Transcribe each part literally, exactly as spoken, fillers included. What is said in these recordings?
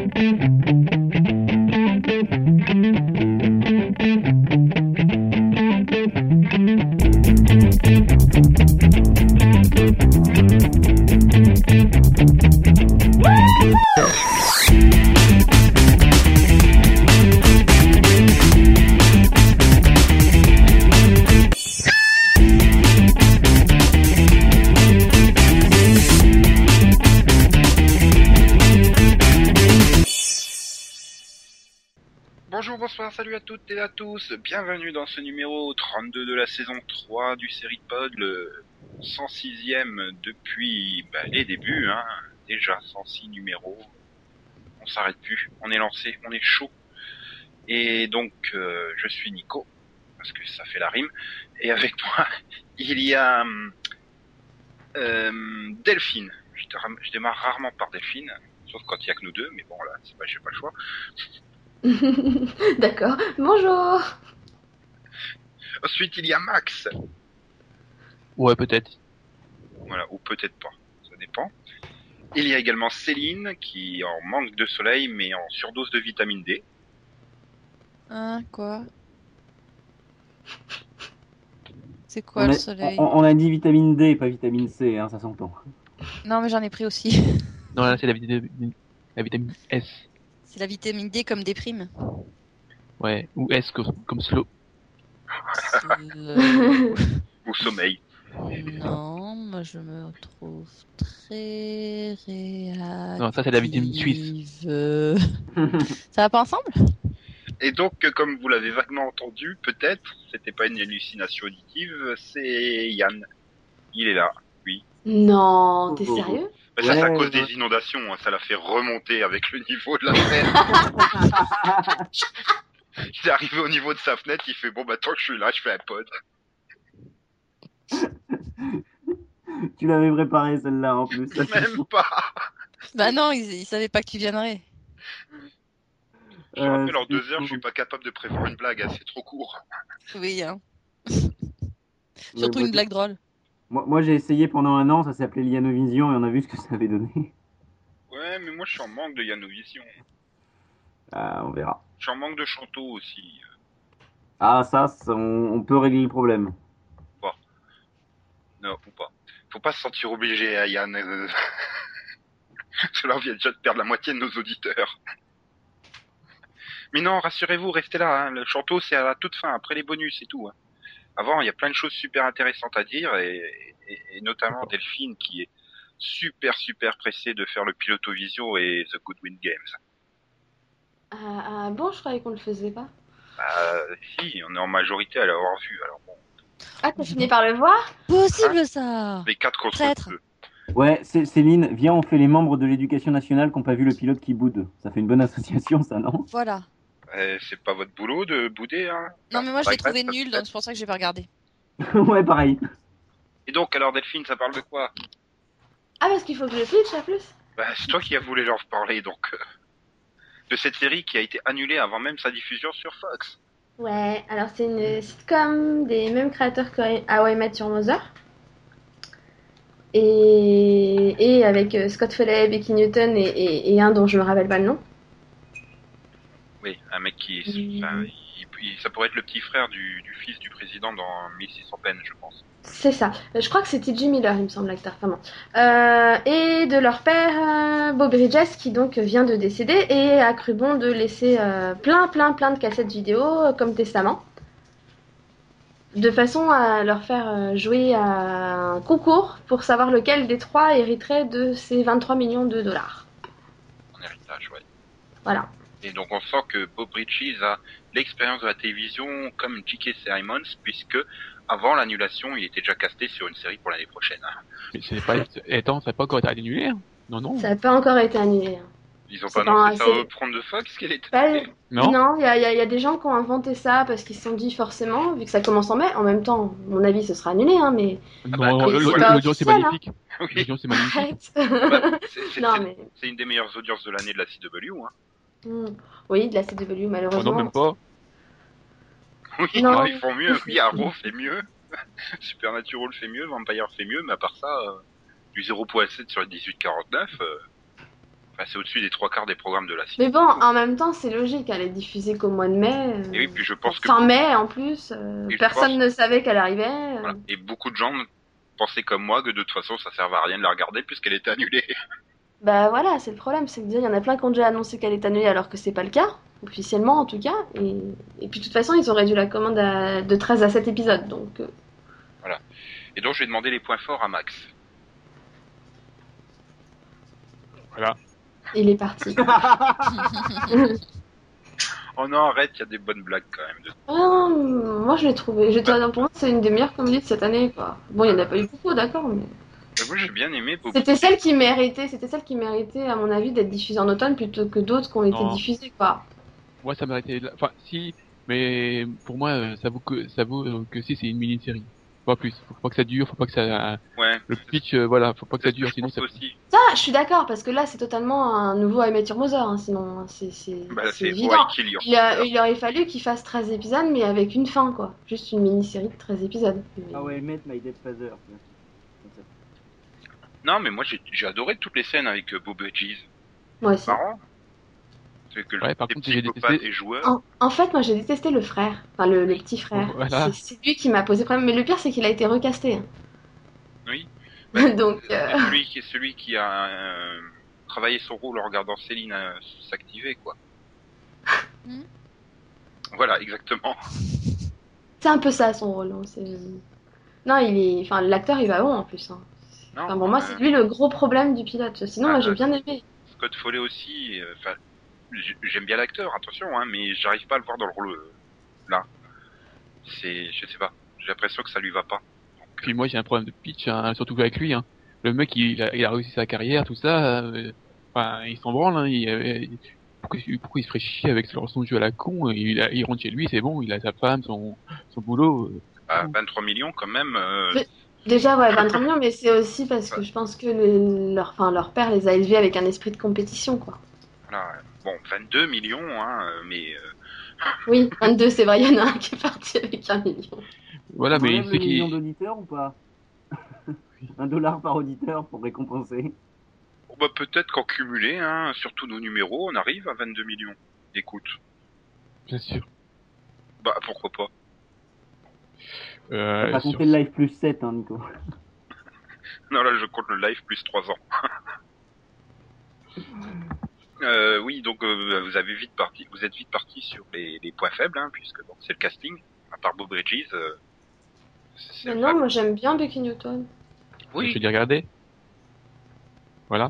Bonjour, bonsoir, salut à toutes et à tous, bienvenue dans ce numéro trente-deux de la saison trois du Seripod, le cent sixième depuis bah, les débuts, hein, déjà cent six numéros, on s'arrête plus, on est lancé, on est chaud, et donc euh, je suis Nico, parce que ça fait la rime, et avec moi il y a euh, Delphine, je, te ram- je démarre rarement par Delphine, sauf quand il y a que nous deux, mais bon là, c'est pas, j'ai pas le choix. D'accord, bonjour. Ensuite il y a Max. Ouais, peut-être. Voilà, ou peut-être pas, ça dépend. Il y a également Céline, qui en manque de soleil, mais en surdose de vitamine D. Hein, quoi? C'est quoi On le a, soleil? on, on a dit vitamine D, pas vitamine C, hein, ça s'entend. Non, mais j'en ai pris aussi. Non, là, c'est la vitamine, la vitamine S. C'est la vitamine D comme déprime. Ouais, ou S comme, comme slow. Euh, Ou sommeil. Non, moi je me trouve très réactive. Non, ça, c'est la vitamine suisse. Ça va pas ensemble? Et donc, comme vous l'avez vaguement entendu, peut-être, c'était pas une hallucination auditive, c'est Yann. Il est là, oui. Non, t'es sérieux? Mais ça, c'est à Ouais, cause ouais. des inondations, hein, ça l'a fait remonter avec le niveau de la fenêtre. Il est arrivé au niveau de sa fenêtre, il fait, bon, bah, tant que je suis là, je fais un pod. Tu l'avais préparé celle-là en plus. Même pas. Bah non, ils, ils savaient pas que tu viendrais. Je me rappelle, Euh, en deux heures, je suis pas capable de prévoir une blague, hein, c'est trop court. Oui, hein. Mais Surtout bon, une blague drôle. Moi, moi j'ai essayé pendant un an, ça s'appelait Lianovision et on a vu ce que ça avait donné. Ouais, mais moi, je suis en manque de Yanovision. Ah, on verra. Je suis en manque de Chanteau aussi. Ah, ça, ça, on, on peut régler le problème. Non, ou pas. Faut pas se sentir obligé, hein, Yann. Euh... Parce que là, on vient déjà de perdre la moitié de nos auditeurs. Mais non, rassurez-vous, restez là. Hein. Le Chanteau, c'est à la toute fin, après les bonus et tout. Hein. Avant, il y a plein de choses super intéressantes à dire, et, et, et notamment Delphine, qui est super, super pressée de faire le Pilotovisio et The Goodwin Games. Ah, ah, bon, je croyais qu'on le faisait pas. Bah, si, on est en majorité à l'avoir vu, alors bon. Ah, t'as fini par le voir? Possible ça! Les quatre contre Traître. deux. Ouais, C- Céline, viens, on fait les membres de l'éducation nationale qui n'ont pas vu le pilote qui boude. Ça fait une bonne association, ça, non? Voilà. Euh, c'est pas votre boulot de bouder, hein. Non, mais moi je l'ai Regrette, trouvé ça, nul, peut-être. donc c'est pour ça que j'ai pas regardé. Ouais, pareil. Et donc, alors Delphine, ça parle de quoi? Ah, parce qu'il faut que je le pitch en plus? Bah, c'est toi qui as voulu leur parler, donc, euh, de cette série qui a été annulée avant même sa diffusion sur Fox. Ouais, alors c'est une sitcom des mêmes créateurs que How I Met Your Mother. Et, et avec euh, Scott Foley, Becky Newton et, et, et un dont je me rappelle pas le nom. Oui, un mec qui, Mm. enfin, il, il- ça pourrait être le petit frère du, du fils du président dans mille six cents peines, je pense. C'est ça. Je crois que c'est T J Miller, il me semble, l'acteur. Enfin, bon. Euh, et de leur père, euh, Bob Bridges, qui donc vient de décéder et a cru bon de laisser euh, plein, plein, plein de cassettes vidéo euh, comme testament. De façon à leur faire euh, jouer à un concours pour savoir lequel des trois hériterait de ces vingt-trois millions de dollars. En héritage, ouais. Voilà. Et donc on sent que Bob Bridges a l'expérience de la télévision comme J K. Simmons, puisque avant l'annulation, il était déjà casté sur une série pour l'année prochaine. Hein. Mais c'est pas, attends, ça n'a pas encore été annulé, hein? Non, non. Ça n'a pas encore été annulé. hein. Ils ont C'est pas annoncé pas- ça c'est- au prendre de Fox qu'elle était Pas- annulée. Non? Non, il y a, y a- y a des gens qui ont inventé ça parce qu'ils se sont dit forcément, vu que ça commence en mai, en même temps, à mon avis, ce sera annulé, hein, mais Ah bah, Non, comme l'audience voilà. l'audience est officiel, hein. magnifique. Oui, L'audience est magnifique. arrête. bah, c'est, c'est, Non, c'est- mais c'est une des meilleures audiences de l'année de la C W. Hein. hmm. oui, de la C W, Oh non, malheureusement. même pas. Oui, Non. non, ils font mieux. Oui, Arrow fait mieux. Supernatural fait mieux. Vampire fait mieux. Mais à part ça, euh, du zéro virgule sept sur le dix-huit quarante-neuf, euh, Enfin, c'est au-dessus des trois quarts des programmes de la Mais cité. bon, en même temps, c'est logique, elle est diffusée qu'au mois de mai. euh, Et oui, puis je pense que Fin mai en plus. euh, Et je personne pense- ne savait qu'elle arrivait. euh. voilà. Et beaucoup de gens pensaient comme moi que de toute façon ça servait à rien de la regarder puisqu'elle était annulée. Bah voilà, c'est le problème, c'est que déjà, il y en a plein qui ont déjà annoncé qu'elle est annulée alors que c'est pas le cas, officiellement en tout cas. Et, et puis de toute façon, ils ont réduit la commande à... de treize à sept épisodes, donc euh, Et donc je vais demander les points forts à Max. Voilà. il est parti. Oh non, arrête, il y a des bonnes blagues quand même. De... Ah, moi je l'ai trouvé. Je te- Pour moi, c'est une des meilleures comédies de cette année, quoi. Bon, il y en a pas eu beaucoup, d'accord, mais. Bah, moi j'ai bien aimé Bobby. C'était celle qui méritait, c'était celle qui méritait, à mon avis, d'être diffusée en automne plutôt que d'autres qui ont été Non. diffusées, quoi. Moi, ça m'arrêtait. là- Enfin, si, mais pour moi, euh, ça vaut que ça vaut euh, que si c'est une mini-série, pas plus. Faut pas que ça dure, faut pas que ça. Ouais, Le pitch, euh, voilà, faut pas que c'est ça ce que dure, je sinon pense ça. aussi. Ça, je suis d'accord, parce que là, c'est totalement un nouveau I Met Your Mother, hein, sinon, hein, c'est c'est- Bah, c'est c'est évident. How I Kill Your Il, a- Mother. il aurait fallu qu'il fasse treize épisodes, mais avec une fin, quoi. Juste une mini-série de treize épisodes. Mais- Ah ouais, met My Dead Father. Comme ça. Non, mais moi j'ai j'ai adoré toutes les scènes avec euh, Bob Hedges. Moi aussi. Marrant. C'est que Ouais, par les contre, j'ai psychopathes détesté- et joueurs. En, en fait, moi, j'ai détesté le frère, enfin, le, le petit frère. Voilà. C'est c'est lui qui m'a posé problème. Mais le pire, c'est qu'il a été recasté. hein. Oui. Bah, Donc, c'est euh, celui qui est celui qui a euh, travaillé son rôle en regardant Céline euh, s'activer, quoi. Hmm. Voilà, exactement. c'est un peu ça son rôle. hein, c'est- Non, il est, enfin, l'acteur, il va bon en plus. hein. Non, Enfin, pour moi, euh, c'est lui le gros problème du pilote. Sinon, moi, Ah, j'ai euh, bien aimé. Scott Foley aussi. euh, Enfin, j- j'aime bien l'acteur, attention, hein, mais j'arrive pas à le voir dans le rôle euh, là. C'est, je sais pas. J'ai l'impression que ça lui va pas. Puis moi, j'ai un problème de pitch, hein, surtout avec lui. Hein. Le mec, il a, il a réussi sa carrière, tout ça. euh, Enfin, il s'en branle. Hein, il, euh, il- pourquoi, pourquoi il se ferait chier avec son son jeu à la con? Il, a, il rentre chez lui, c'est bon. Il a sa femme, son, son boulot. euh, À vingt-trois millions quand même. euh, Mais- Déjà, ouais, vingt-trois millions, mais c'est aussi parce que je pense que le- leur, enfin, leur père les a élevés avec un esprit de compétition, quoi. Voilà. Bon, vingt-deux millions, hein, euh, mais euh, Oui, vingt-deux, c'est vrai, il y en a un qui est parti avec un million. Voilà, On mais il enlève sait le million qu'il. d'auditeurs ou pas? Un dollar par auditeur pour récompenser. bon, bah, peut-être qu'en cumulé, hein, sur tous nos numéros, on arrive à vingt-deux millions. Écoute, Bien sûr. bah pourquoi pas. T'as Euh, pas sur- compté le live plus sept, hein, Nico. Non, là, je compte le live plus trois ans. euh, oui, donc euh, vous avez vite parti, vous êtes vite parti sur les, les points faibles, hein, puisque bon, c'est le casting. À part Bob Bridges, euh, c'est Mais vrai. non, moi j'aime bien Becky Newton. Je Oui. vais regarder. Voilà.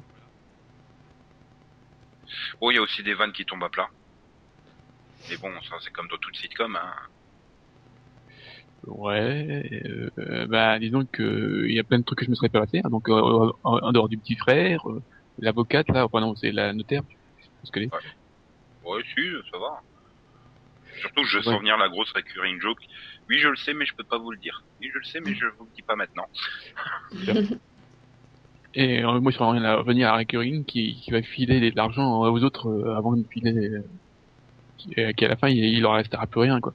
Bon, il y a aussi des vannes qui tombent à plat. Mais bon, ça c'est comme dans toute sitcom. Hein. Ouais. Euh, bah, disons que il y a plein de trucs que je me serais pas passé. Hein, donc, euh, en, en dehors du petit frère, euh, l'avocate là, enfin non, c'est la notaire. Je pense qu'elle est. Ouais, si, ça va. Surtout que je Ouais. sens venir la grosse recurring joke. Oui, je le sais, mais je peux pas vous le dire. Oui, je le sais, mais je vous le dis pas maintenant. Et euh, moi, je serais rien à revenir à Recurring qui, qui va filer de l'argent aux autres euh, avant de filer. Euh, qui, euh, qui à la fin, il, il leur restera plus rien, quoi.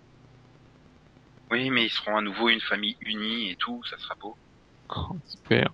Oui, mais ils seront à nouveau une famille unie et tout, ça sera beau. Oh, super.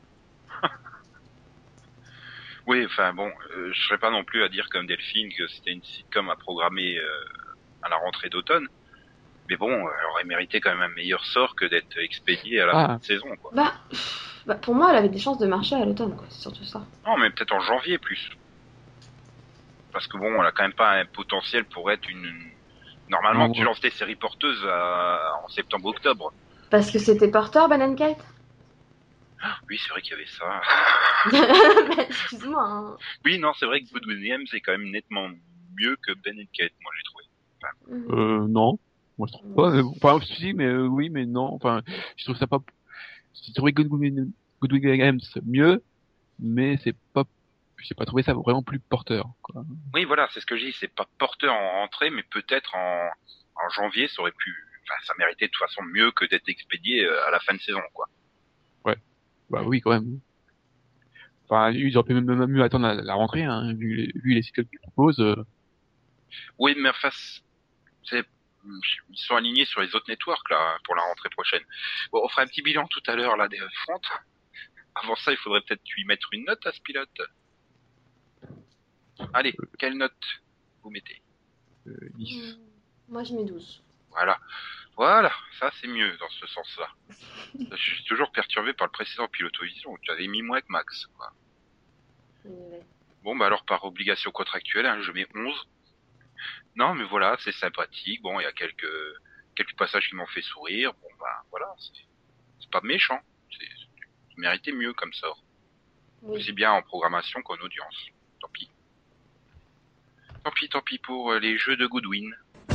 Oui, enfin bon, euh, je serais pas non plus à dire comme Delphine que c'était une sitcom à programmer euh, à la rentrée d'automne. Mais bon, euh, elle aurait mérité quand même un meilleur sort que d'être expédiée à la Ah. fin de saison, quoi. Bah, pff, bah, pour moi, elle avait des chances de marcher à l'automne, quoi. C'est surtout ça. Non, mais peut-être en janvier plus. Parce que bon, elle a quand même pas un potentiel pour être une... Normalement, Non, tu ouais. lances tes séries porteuses à- en septembre-octobre. Parce que c'était porteur, Banana Kate. Oui, c'est vrai qu'il y avait ça. Bah, excuse-moi. Hein. Oui, non, c'est vrai que Good Williams est quand même nettement mieux que Ben and Kate, moi j'ai trouvé. Mhm. Euh, non. Moi, je trouve pas. mais bon, Enfin, si, mais euh, oui, mais non. Enfin, je trouve ça pas. J'ai trouvé Good Will- Good Williams mieux, mais c'est pas. J'ai pas trouvé ça vraiment plus porteur, quoi. Oui, voilà, c'est ce que je dis, c'est pas porteur en rentrée, mais peut-être en, en janvier, ça aurait pu... Enfin, ça méritait de toute façon mieux que d'être expédié euh, à la fin de saison, quoi. Bah oui, quand même. Enfin, ils auraient pu même, même mieux attendre la, la rentrée, hein, vu, les- vu les cycles qu'ils proposent. Euh, Oui, mais enfin, c'est... Ils sont alignés sur les autres networks, là, pour la rentrée prochaine. Bon, on fera un petit bilan tout à l'heure, là, des fronts. Avant ça, il faudrait peut-être lui mettre une note à ce pilote. Allez, quelle note vous mettez? Euh, dix. Moi, je mets douze. Voilà. Voilà, ça c'est mieux dans ce sens-là. Je suis toujours perturbé par le précédent Pilotovision, tu avais mis moins que Max, quoi. Ouais. Bon, bah alors par obligation contractuelle, hein, je mets onze. Non, mais voilà, c'est sympathique. Bon, il y a quelques quelques passages qui m'ont fait sourire. Bon, bah voilà, c'est, c'est pas méchant. C'est, c'est méritait mieux comme ça. Oui. Aussi bien en programmation qu'en audience. Tant pis. Tant pis, tant pis pour les jeux de Goodwin.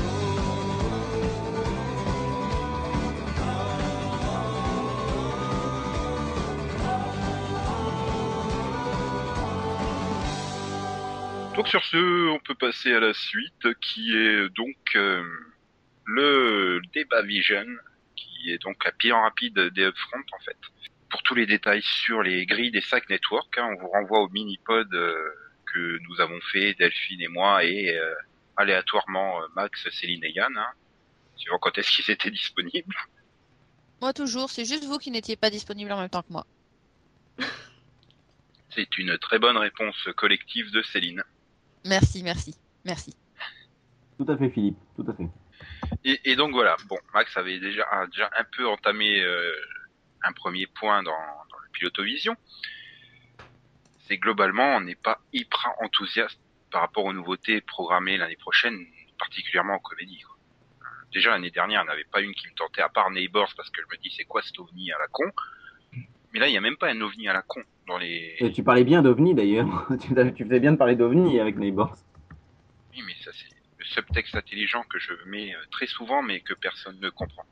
Donc sur ce, on peut passer à la suite, qui est donc euh, le débat Vision, qui est donc la pire en rapide des upfront en fait. Pour tous les détails sur les grilles des sacs network, hein, on vous renvoie au mini-pod euh, que nous avons fait, Delphine et moi, et euh, aléatoirement euh, Max, Céline et Yann, hein, suivant quand est-ce qu'ils étaient disponibles. Moi toujours, c'est juste vous qui n'étiez pas disponible en même temps que moi. C'est une très bonne réponse collective de Céline. Merci, merci, merci. Tout à fait, Philippe, tout à fait. Et, et donc voilà, bon, Max avait déjà, a déjà un peu entamé euh, un premier point dans, dans le Pilotovision. C'est globalement, on n'est pas hyper enthousiaste par rapport aux nouveautés programmées l'année prochaine, particulièrement en comédie, quoi. Déjà l'année dernière, il n'y en avait pas une qui me tentait à part Neighbors parce que je me dis c'est quoi cet ovni à la con. Mais là, il n'y a même pas un ovni à la con dans les... Et tu parlais bien d'OVNI d'ailleurs. tu, tu faisais bien de parler d'OVNI avec Neighbors. Oui, mais ça c'est le subtexte intelligent que je mets très souvent mais que personne ne comprend.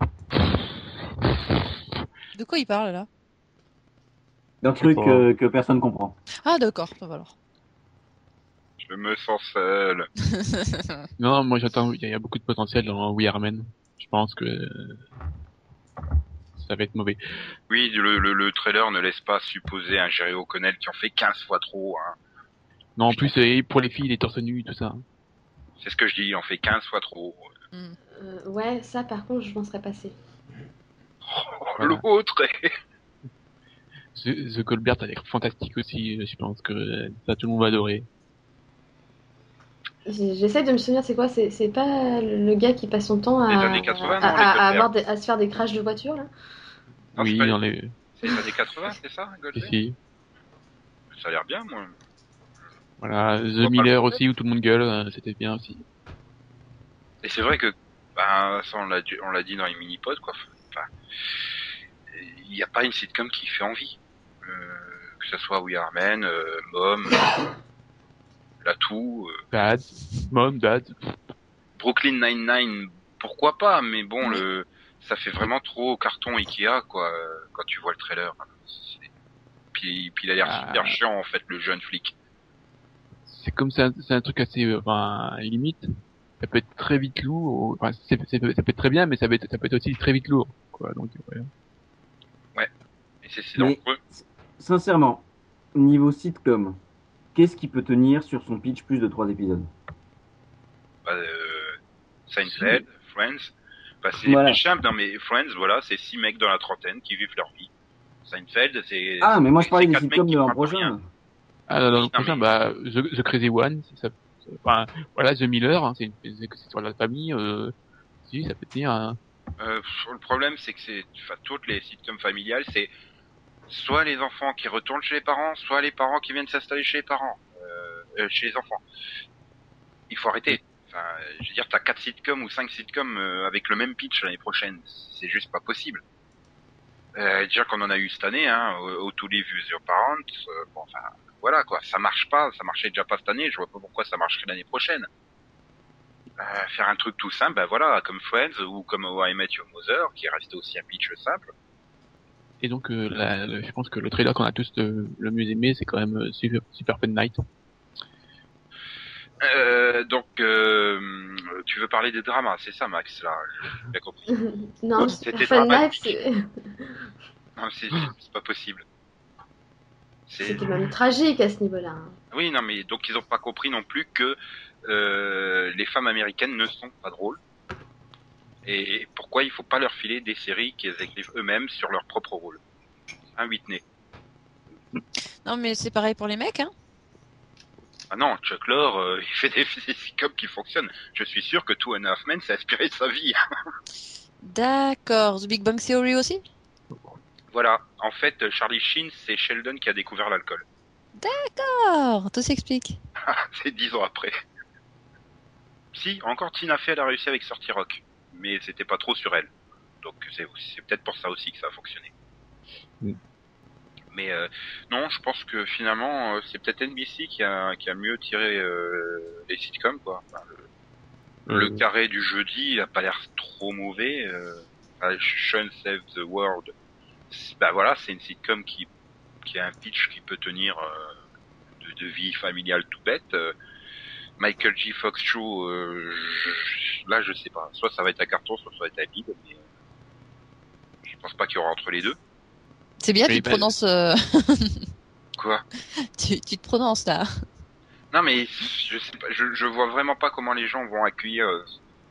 De quoi il parle là? D'un truc pas. euh, que personne comprend. Ah d'accord, ça va alors. Je me sens seul. Non, moi j'attends, il y, a- il y a beaucoup de potentiel dans We Are Men. Je pense que euh, ça va être mauvais. Oui, le, le, le trailer ne laisse pas supposer un Jerry O'Connell qui en fait quinze fois trop, hein. Non, en plus, et pour les filles, les torse nus, tout ça. C'est ce que je dis, il en fait quinze fois trop. Hmm. Euh, ouais, ça par contre, je m'en serais passé. Oh, Voilà. l'autre est... The, The Colbert a l'air fantastique aussi, je pense que euh, ça tout le monde va adorer. J'ai- J'essaie de me souvenir, c'est quoi? C'est c'est pas le le gars qui passe son temps à, Les années quatre-vingts, à, non, les à- à Colbert. avoir des- à se faire des crashs de voiture là? Non, c'est Oui, pas les- dans les... C'est les années quatre-vingts, c'est ça, Goldberg? Ici. Ça a l'air bien, moi. Voilà, On The va pas Miller le aussi, où tout le monde gueule, euh, c'était bien aussi. Et c'est vrai que, ben, ça on l'a dit, on l'a dit dans les mini-pods, quoi. Enfin, il n'y a pas une sitcom qui fait envie. Euh, que ce soit We Are Men, euh, Mom, Latou, euh, Dad, Mom, Dad. Brooklyn Nine-Nine, pourquoi pas, mais bon, Oui. le, ça fait vraiment trop carton Ikea, quoi, euh, quand tu vois le trailer. C'est- Puis, puis il a l'air Ah. super chiant, en fait, le jeune flic. C'est comme c'est un, c'est un truc assez, euh, enfin, limite. Ça peut être très vite lourd, ou- enfin, c'est, c'est, ça peut être très bien, mais ça peut être, ça peut être aussi très vite lourd, quoi. Donc, ouais. Et c'est, c'est Mais- dangereux. Sincèrement, niveau sitcom, qu'est-ce qui peut tenir sur son pitch plus de trois épisodes? Bah, euh, Seinfeld, Friends. Bah, c'est Voilà. plus simple, non, mais Friends, voilà, c'est six mecs dans la trentaine qui vivent leur vie. Seinfeld, c'est... Ah, mais moi je c'est parlais des quatre mecs sitcoms qui de l'an frappent rien. prochain. Ah, dans Oui, le non, prochain, mais- bah, The, The Crazy One, ça, ça- enfin, voilà, The Miller, hein, c'est, une, c'est c'est sur la famille, euh, si, ça peut tenir, hein. Euh, le problème, c'est que c'est, enfin, toutes les sitcoms familiales, c'est soit les enfants qui retournent chez les parents, soit les parents qui viennent s'installer chez les parents, euh, euh, chez les enfants. Il faut arrêter. Enfin, je veux dire, t'as quatre sitcoms ou cinq sitcoms euh, avec le même pitch l'année prochaine, c'est juste pas possible. Euh, déjà qu'on en a eu cette année, hein, au, au To Live With Your Parents, euh, bon, enfin, voilà quoi, ça marche pas, ça marchait déjà pas cette année, je vois pas pourquoi ça marcherait l'année prochaine. Euh, faire un truc tout simple, ben voilà, comme Friends ou comme How I Met Your Mother, qui reste aussi un pitch simple. Et donc, euh, la, le- je pense que le trailer qu'on a tous euh, le mieux aimé, c'est quand même euh, Super, Super Fun Night. Euh, donc, euh, tu veux parler des dramas, c'est ça, Max, là, j'ai bien compris. Non, C'était Super Fun Life, dramatique. c'est- Non, c'est, c'est, c'est pas possible. C'est... c'était même tragique à ce niveau-là. hein. Oui, non, mais donc ils ont pas compris non plus que euh, les femmes américaines ne sont pas drôles. Et pourquoi il faut pas leur filer des séries qu'ils écrivent eux-mêmes sur leur propre rôle. Hein, Whitney? Non mais c'est pareil pour les mecs, hein. Ah non, Chuck Lorre, euh, il fait des, des sitcoms qui fonctionnent. Je suis sûr que Two and a Half Men s'est inspiré de sa vie. D'accord. The Big Bang Theory aussi? Voilà. En fait, Charlie Sheen, c'est Sheldon qui a découvert l'alcool. D'accord. Tout s'explique. C'est dix ans après. Si, encore Tina Fey, elle a réussi avec Sorty Rock. Mais c'était pas trop sur elle. Donc c'est, c'est peut-être pour ça aussi que ça a fonctionné. Mm. Mais euh, non, je pense que finalement, euh, c'est peut-être N B C qui a, qui a mieux tiré euh, les sitcoms, quoi. Enfin, le, le Euh, carré du jeudi, il a pas l'air trop mauvais. Euh, enfin, Sean Save the World, c'est- bah voilà, c'est une sitcom qui, qui a un pitch qui peut tenir euh, de, de vie familiale tout bête. Euh, Michael J. Fox Show, euh, je- là je sais pas. Soit ça va être un carton, soit ça va être un bide, mais euh, je pense pas qu'il y aura entre les deux. C'est bien, Oui, tu te bah- prononces, euh, Quoi? tu, tu te prononces là. Non mais je sais pas, je, je vois vraiment pas comment les gens vont accueillir euh,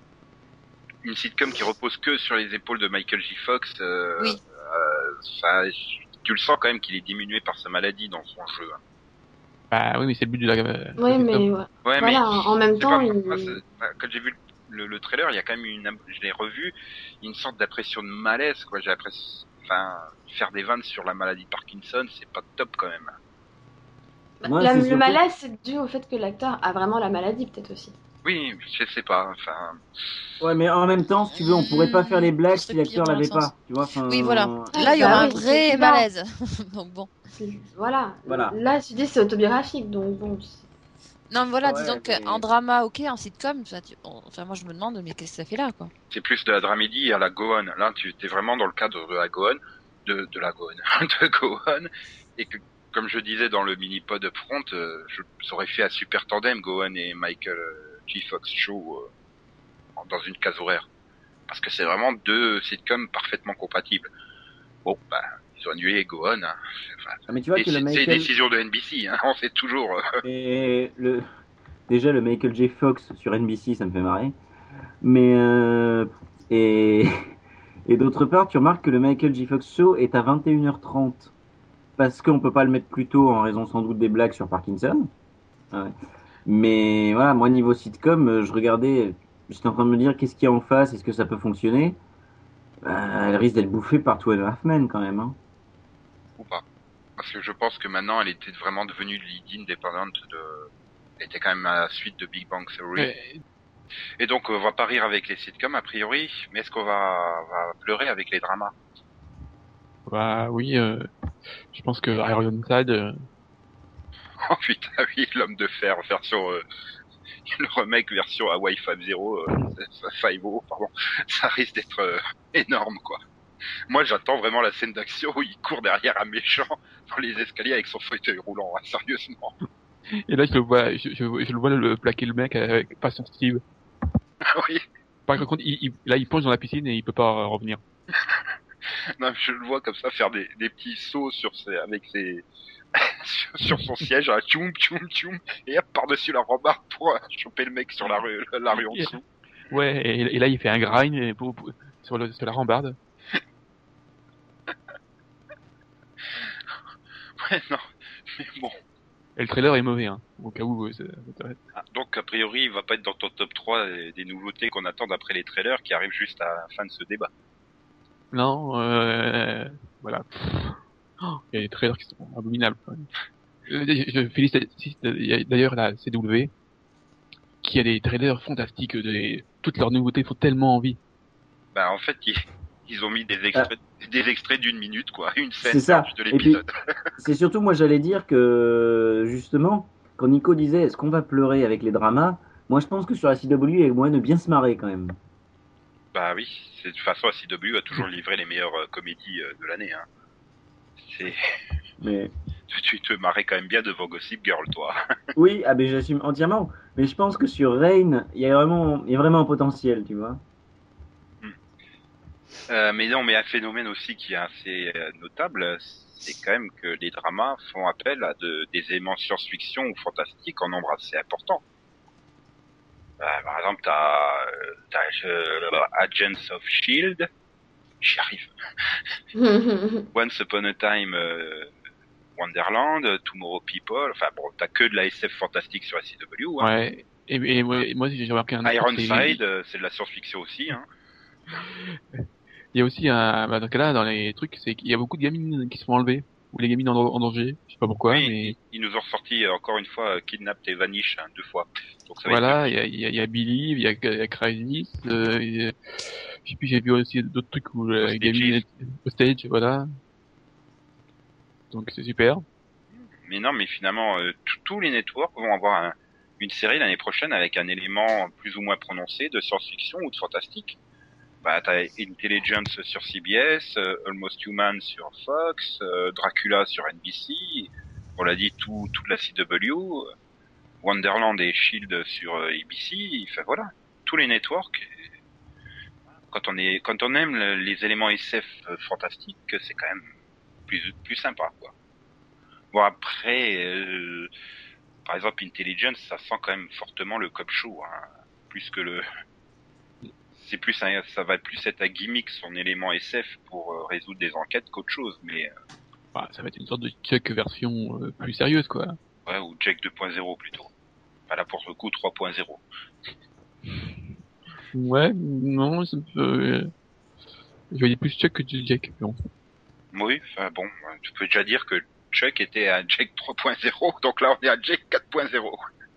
une sitcom qui repose que sur les épaules de Michael J. Fox. Euh, Oui. euh, ça, tu le sens quand même qu'il est diminué par sa maladie dans son jeu. Hein. Bah oui, mais c'est le but de la. euh, Oui, sitcom. mais ouais. Ouais, voilà, mais en même je sais temps, pas, il... moi, c'est- enfin, quand j'ai vu le, le trailer, il y a quand même une, je l'ai revu, une sorte d'impression de malaise, quoi. J'ai l'impression, enfin, faire des vannes sur la maladie de Parkinson, c'est pas top quand même. Moi, la- c'est le surtout- malaise, c'est dû au fait que l'acteur a vraiment la maladie, peut-être aussi. Oui, je sais pas, enfin, Ouais, mais en même temps, si tu veux, on pourrait pas faire les Hmm, blagues ce si serait pire l'acteur dans l'avait l'autre sens. pas. Tu vois, enfin. Oui, voilà. Ouais, Là, il y bah aura un oui, c'est vrai évident. malaise. Donc bon. C'est- Voilà. Voilà. Là, tu dis c'est autobiographique, donc bon. c'est- Non, mais voilà, Ouais, disons mais- qu'en drama, ok, en sitcom, ça, tu- on- enfin, moi je me demande, mais qu'est-ce que ça fait là, quoi? c'est plus de la dramédie à la Gohan. Là, tu es vraiment dans le cadre de la Gohan, de, de la Gohan, de Gohan, et que, comme je disais dans le mini-pod upfront, euh, je, ça aurait fait un super tandem, Gohan et Michael euh, J. Fox Show, euh, dans une case horaire. Parce que c'est vraiment deux sitcoms parfaitement compatibles. Bon, bah, ils ont annulé Gohan, hein. Enfin, Ah, mais tu vois et que le c'est, c'est Michael. décision de N B C, hein. On sait toujours. euh, Et le... Déjà, le Michael J. Fox sur N B C, ça me fait marrer. Mais. euh, Et. Et d'autre part, tu remarques que le Michael J. Fox Show est à vingt et une heures trente. Parce qu'on peut pas le mettre plus tôt en raison sans doute des blagues sur Parkinson. Ouais. Mais voilà, moi, niveau sitcom, euh, je regardais. J'étais en train de me dire qu'est-ce qu'il y a en face, est-ce que ça peut fonctionner? Bah, elle risque d'être bouffée par Two and a Half Men quand même. Hein. ou pas. Parce que je pense que maintenant, elle était vraiment devenue lead indépendante de... Elle était quand même à la suite de Big Bang Theory. Ouais, Et donc, on va pas rire avec les sitcoms, a priori, mais est-ce qu'on va, va pleurer avec les dramas? bah oui, euh, je pense que Ironside, euh, Oh putain, oui, l'homme de fer, version... Euh, le remake version Hawaii Five-Zero, euh, Five-O, pardon, ça risque d'être euh, énorme, quoi. Moi, j'attends vraiment la scène d'action où il court derrière un méchant dans les escaliers avec son fauteuil roulant, hein, sérieusement. et là je le vois, je, je, je le vois le plaquer le mec avec Patient Steve. Oui, Par contre, il, il- là il plonge dans la piscine et il peut pas euh, revenir. non, je le vois comme ça faire des, des petits sauts sur ses, avec ses, sur, sur son siège, à tchoum, tchoum, tchoum, et hop, par-dessus la rambarde pour euh, choper le mec sur la rue, la rue en dessous. Ouais, et, et là il fait un grind et pour- pour- sur, le, sur la rambarde. Ouais, non, mais bon. Et le trailer est mauvais, hein, au cas où euh, ça t'intéresse. Ah, donc, a priori, il va pas être dans ton top trois des, des nouveautés qu'on attend d'après les trailers qui arrivent juste à la fin de ce débat. Non, euh, voilà. Oh, il y a des trailers qui sont abominables. Quand même. Euh, Je félicite il y a d'ailleurs la C W qui a des trailers fantastiques. Des... Toutes leurs nouveautés font tellement envie. Bah, en fait, ils, ils ont mis des extraits, des extraits d'une minute, quoi. Une scène C'est ça. perdue de Et puis, l'épisode. c'est surtout, moi, j'allais dire que, justement, quand Nico disait est-ce qu'on va pleurer avec les dramas, moi, je pense que sur la C W, il y a moyen de bien se marrer quand même. Bah oui, c'est, de toute façon, la C W a toujours livré les meilleures euh, comédies euh, de l'année, hein. C'est, Mais tu, tu te marrais quand même bien devant Gossip Girl, toi. oui, ah ben, j'assume entièrement. Mais je pense que sur Rain, il y a vraiment, il y a vraiment un potentiel, tu vois. Euh, mais non, mais un phénomène aussi qui est assez euh, notable, c'est quand même que les dramas font appel à de, des éléments science-fiction ou fantastiques en nombre assez important. Euh, par exemple, t'as, euh, t'as euh, Agents of Shield, j'y arrive. Once Upon a Time, euh, Wonderland, Tomorrow People, enfin bon, t'as que de la S F fantastique sur la C W. Hein. Ouais. Et, et moi, et moi j'ai remarqué un autre truc, c'est- Ironside, euh, c'est de la science-fiction aussi. Hein. il y a aussi un, bah, dans ce cas-là, dans les trucs, c'est qu'il y a beaucoup de gamines qui se font enlever. Ou les gamines en, en danger. Je sais pas pourquoi, oui, mais. ils nous ont ressorti euh, encore une fois euh, Kidnapped et Vanish hein, deux fois. Donc ça va Voilà, être il y a, il y, a, il y a Believe, il y a, il y a Crisis, euh, il y a- je sais plus, j'ai vu aussi d'autres trucs où euh, les gamines au stage, voilà. Donc c'est super. Mais non, mais finalement, euh, tous les networks vont avoir un, une série l'année prochaine avec un élément plus ou moins prononcé de science-fiction ou de fantastique. Bah, t'as Intelligence sur C B S, euh, Almost Human sur Fox, euh, Dracula sur N B C, on l'a dit, tout, toute la C W, euh, Wonderland et Shield sur euh, A B C, enfin voilà, tous les networks. Quand on est, quand on aime le, les éléments S F euh, fantastiques, c'est quand même plus, plus sympa, quoi. Bon après, euh, par exemple Intelligence, ça sent quand même fortement le cop show, hein, plus que le. C'est plus un, ça va plus être un gimmick son élément S F pour euh, résoudre des enquêtes qu'autre chose, mais euh, Bah, ça va être une sorte de Chuck version euh, plus sérieuse, quoi. ouais, ou Jack deux point zéro plutôt. Enfin là pour le coup trois point zéro. Ouais, non, ça me peut... euh, je voyais plus Chuck que Jack, bon. Oui, enfin bon, tu peux déjà dire que Chuck était à Jack trois point zéro, donc là on est à Jack quatre point zéro.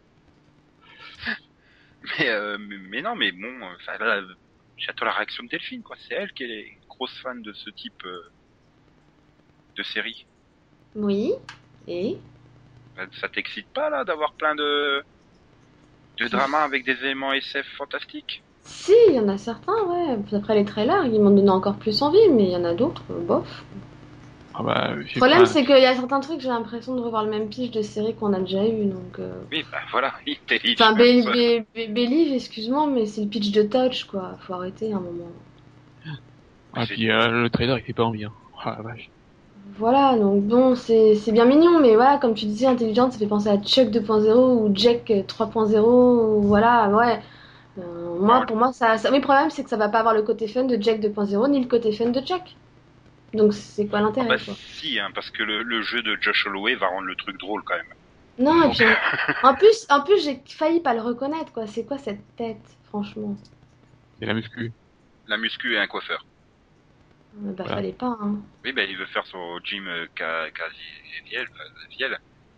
mais, euh, mais mais non, mais bon, enfin là, j'attends la réaction de Delphine, quoi. C'est elle qui est grosse fan de ce type euh, de série. Oui. Et Ça t'excite pas là d'avoir plein de de dramas avec des éléments S F fantastiques? si, il y en a certains, ouais. Après les trailers, ils m'ont donné encore plus envie, mais il y en a d'autres, euh, bof. Ah bah, je Le sais problème, pas. c'est qu'il y a certains trucs, j'ai l'impression de revoir le même pitch de série qu'on a déjà eu, donc. Euh... Oui, bah voilà, Intelligence. Enfin, Be- Be- Be- Believe, excuse-moi, mais c'est le pitch de Touch, quoi. Faut arrêter un moment. Ah, puis euh, le trailer, il fait pas envie, hein. Ah la vache. Voilà, donc bon, c'est c'est bien mignon, mais voilà, comme tu disais, Intelligente, ça fait penser à Chuck deux point zéro ou Jack trois point zéro, ou voilà, ouais. Euh, moi, Non, pour moi, ça, ça... Mais le problème, c'est que ça va pas avoir le côté fun de Jack deux point zéro, ni le côté fun de Chuck. Donc c'est quoi ah l'intérêt, bah quoi. si, hein, parce que le, le jeu de Josh Holloway va rendre le truc drôle quand même. Non, et Donc, puis en, en plus, en plus, j'ai failli pas le reconnaître, quoi. C'est quoi cette tête, franchement? C'est la muscu. la muscu et un coiffeur. Euh, Bah, Voilà. fallait pas, hein. Oui, bah il veut faire son gym euh, ca- quasi viel, viel.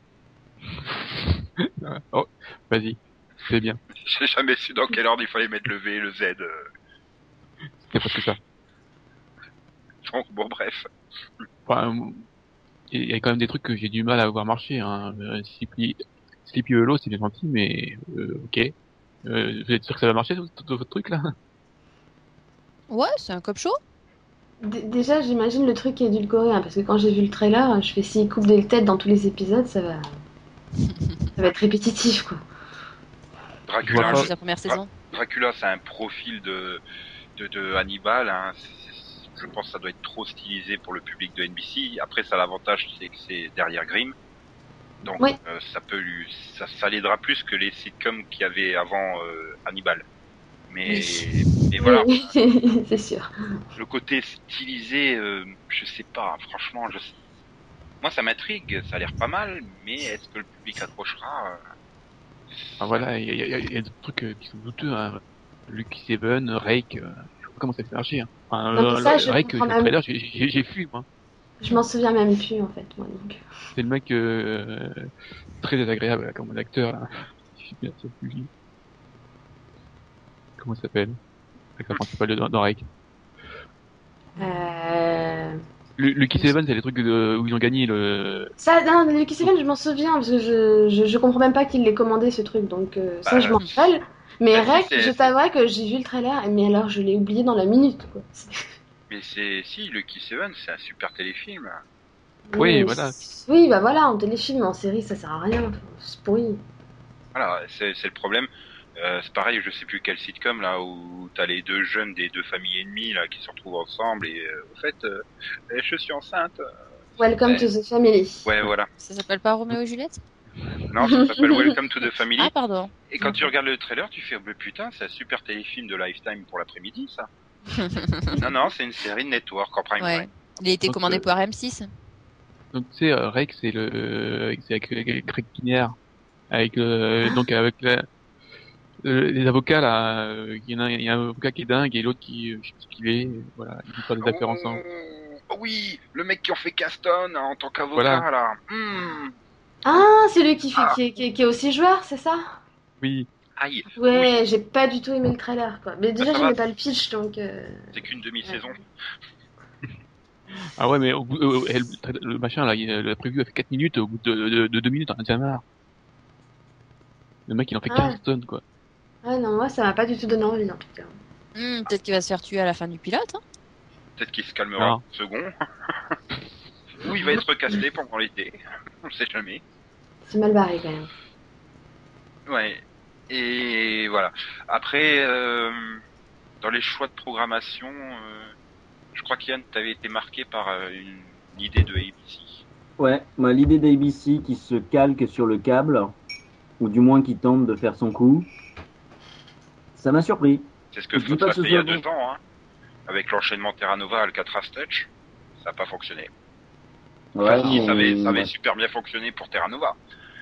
Oh, vas-y. C'est bien. J'ai jamais su dans quel ordre il fallait mettre le V et le Z. euh. C'était presque ça. Donc bon, bref. Enfin, il y a quand même des trucs que j'ai du mal à voir marcher, hein. Euh, Sleepy, Sleepy Hollow, c'est bien gentil, mais, euh, ok. Euh, vous êtes sûr que ça va marcher, tout, tout votre truc, là? Ouais, c'est un cop show. D- Déjà, j'imagine le truc est édulcoré, hein, parce que quand j'ai vu le trailer, je fais s'il coupe des têtes dans tous les épisodes, ça va, ça va être répétitif, quoi. Je Dracula, vois Ah, pas. c'est la première saison. Dracula, c'est un profil de de, de Hannibal. Hein. C'est- c'est- je pense que ça doit être trop stylisé pour le public de N B C. Après, ça l'avantage, c'est que c'est derrière Grimm. Donc, Oui. euh, ça peut lui, ça, ça l'aidera plus que les sitcoms qu'il y avait avant euh, Hannibal. Mais, mais voilà, Oui, c'est sûr. le côté stylisé, euh, je sais pas. Franchement, je, moi, ça m'intrigue. Ça a l'air pas mal, mais est-ce que le public accrochera euh, Ah, voilà, il y a, il y a, il y a des trucs euh, qui sont douteux, hein. Lucky Seven, Rake, euh, je sais pas comment ça fait marcher, hein. Enfin, Non, mais euh, ça, le- je Rake, comprends le même. trailer, j'ai, j'ai, j'ai fui, moi. Je m'en souviens même plus, en fait, moi, donc. C'est le mec, euh, très désagréable, là, comme acteur, là. Je sais bien, ça plus lui. Comment il s'appelle? L'acteur principal de, dans, dans Rake. Euh... Le, Lucky Seven, c'est les trucs de, où ils ont gagné le... Ça, non, Lucky Seven, je m'en souviens, parce que je, je, je comprends même pas qu'il l'ait commandé, ce truc, donc euh, ça, Bah, je m'en rappelle. Mais bah, si, Rec, c'est- je c'est- t'avouerais que j'ai vu le trailer, mais alors je l'ai oublié dans la minute, quoi. mais c'est si Lucky Seven, c'est un super téléfilm. Oui, Mais voilà. c'est- Oui, bah voilà, en téléfilm, en série, ça sert à rien, c'est pourri. Voilà, c'est c'est le problème. Euh, c'est pareil, je sais plus quel sitcom là où t'as les deux jeunes des deux familles ennemies là qui se retrouvent ensemble et euh, au fait, euh, eh, je suis enceinte. Welcome Ouais. to the family. Ouais, voilà. Ça s'appelle pas Roméo et Juliette? Non, ça s'appelle Welcome to the Family. Ah, pardon. Et quand tu regardes le trailer, tu fais, oh, mais putain, c'est un super téléfilm de Lifetime pour l'après-midi, ça. Non, non, c'est une série de network en prime Ouais. time. Il a été Donc, commandé euh, par M six. donc tu sais, euh, Rex, c'est le, euh, c'est avec euh, Greg Kinnear, avec euh, donc avec la, euh, les avocats là, euh, il y en a, il y a un avocat qui est dingue et l'autre qui, euh, je sais plus ce qu'il est, euh, voilà, ils vont faire des affaires ensemble. Oh oui, le mec qui en fait Caston en tant qu'avocat Voilà. là. Hmm. Ah, c'est lui qui, fait, Ah. qui, est- qui, est- qui est aussi joueur, c'est ça? Oui. Aïe. Ouais, Oui. j'ai pas du tout aimé le trailer, quoi. Mais déjà, ça j'aimais va. pas le pitch, donc... euh, C'est qu'une demi-saison. Ah ouais, mais au bout, euh, elle- le machin là, il, la preview a fait quatre minutes, au bout de, de, de deux minutes, on a déjà marre. Le mec, il en fait Ah. quinze tonnes, quoi. Ouais, non, moi, ça m'a pas du tout donné envie, en tout cas. Hmm, peut-être qu'il va se faire tuer à la fin du pilote. Hein. Peut-être qu'il se calmera Non. un second. Ou il va être recasté pendant l'été. On sait jamais. C'est mal barré, quand même. Ouais. Et voilà. Après, euh, dans les choix de programmation, euh, je crois qu'Yann, t'avais été marqué par euh, une, une idée de A B C. Ouais, moi, l'idée d'A B C qui se calque sur le câble, ou du moins qui tente de faire son coup, ça m'a surpris. C'est ce que Je dis Fox pas a que ce fait il y a soit deux bon. ans, hein. Avec l'enchaînement Terra Nova Alcatraz Touch. Ça n'a pas fonctionné. Ouais, Enfin, si, ça avait, mais... ça avait super bien fonctionné pour Terra Nova.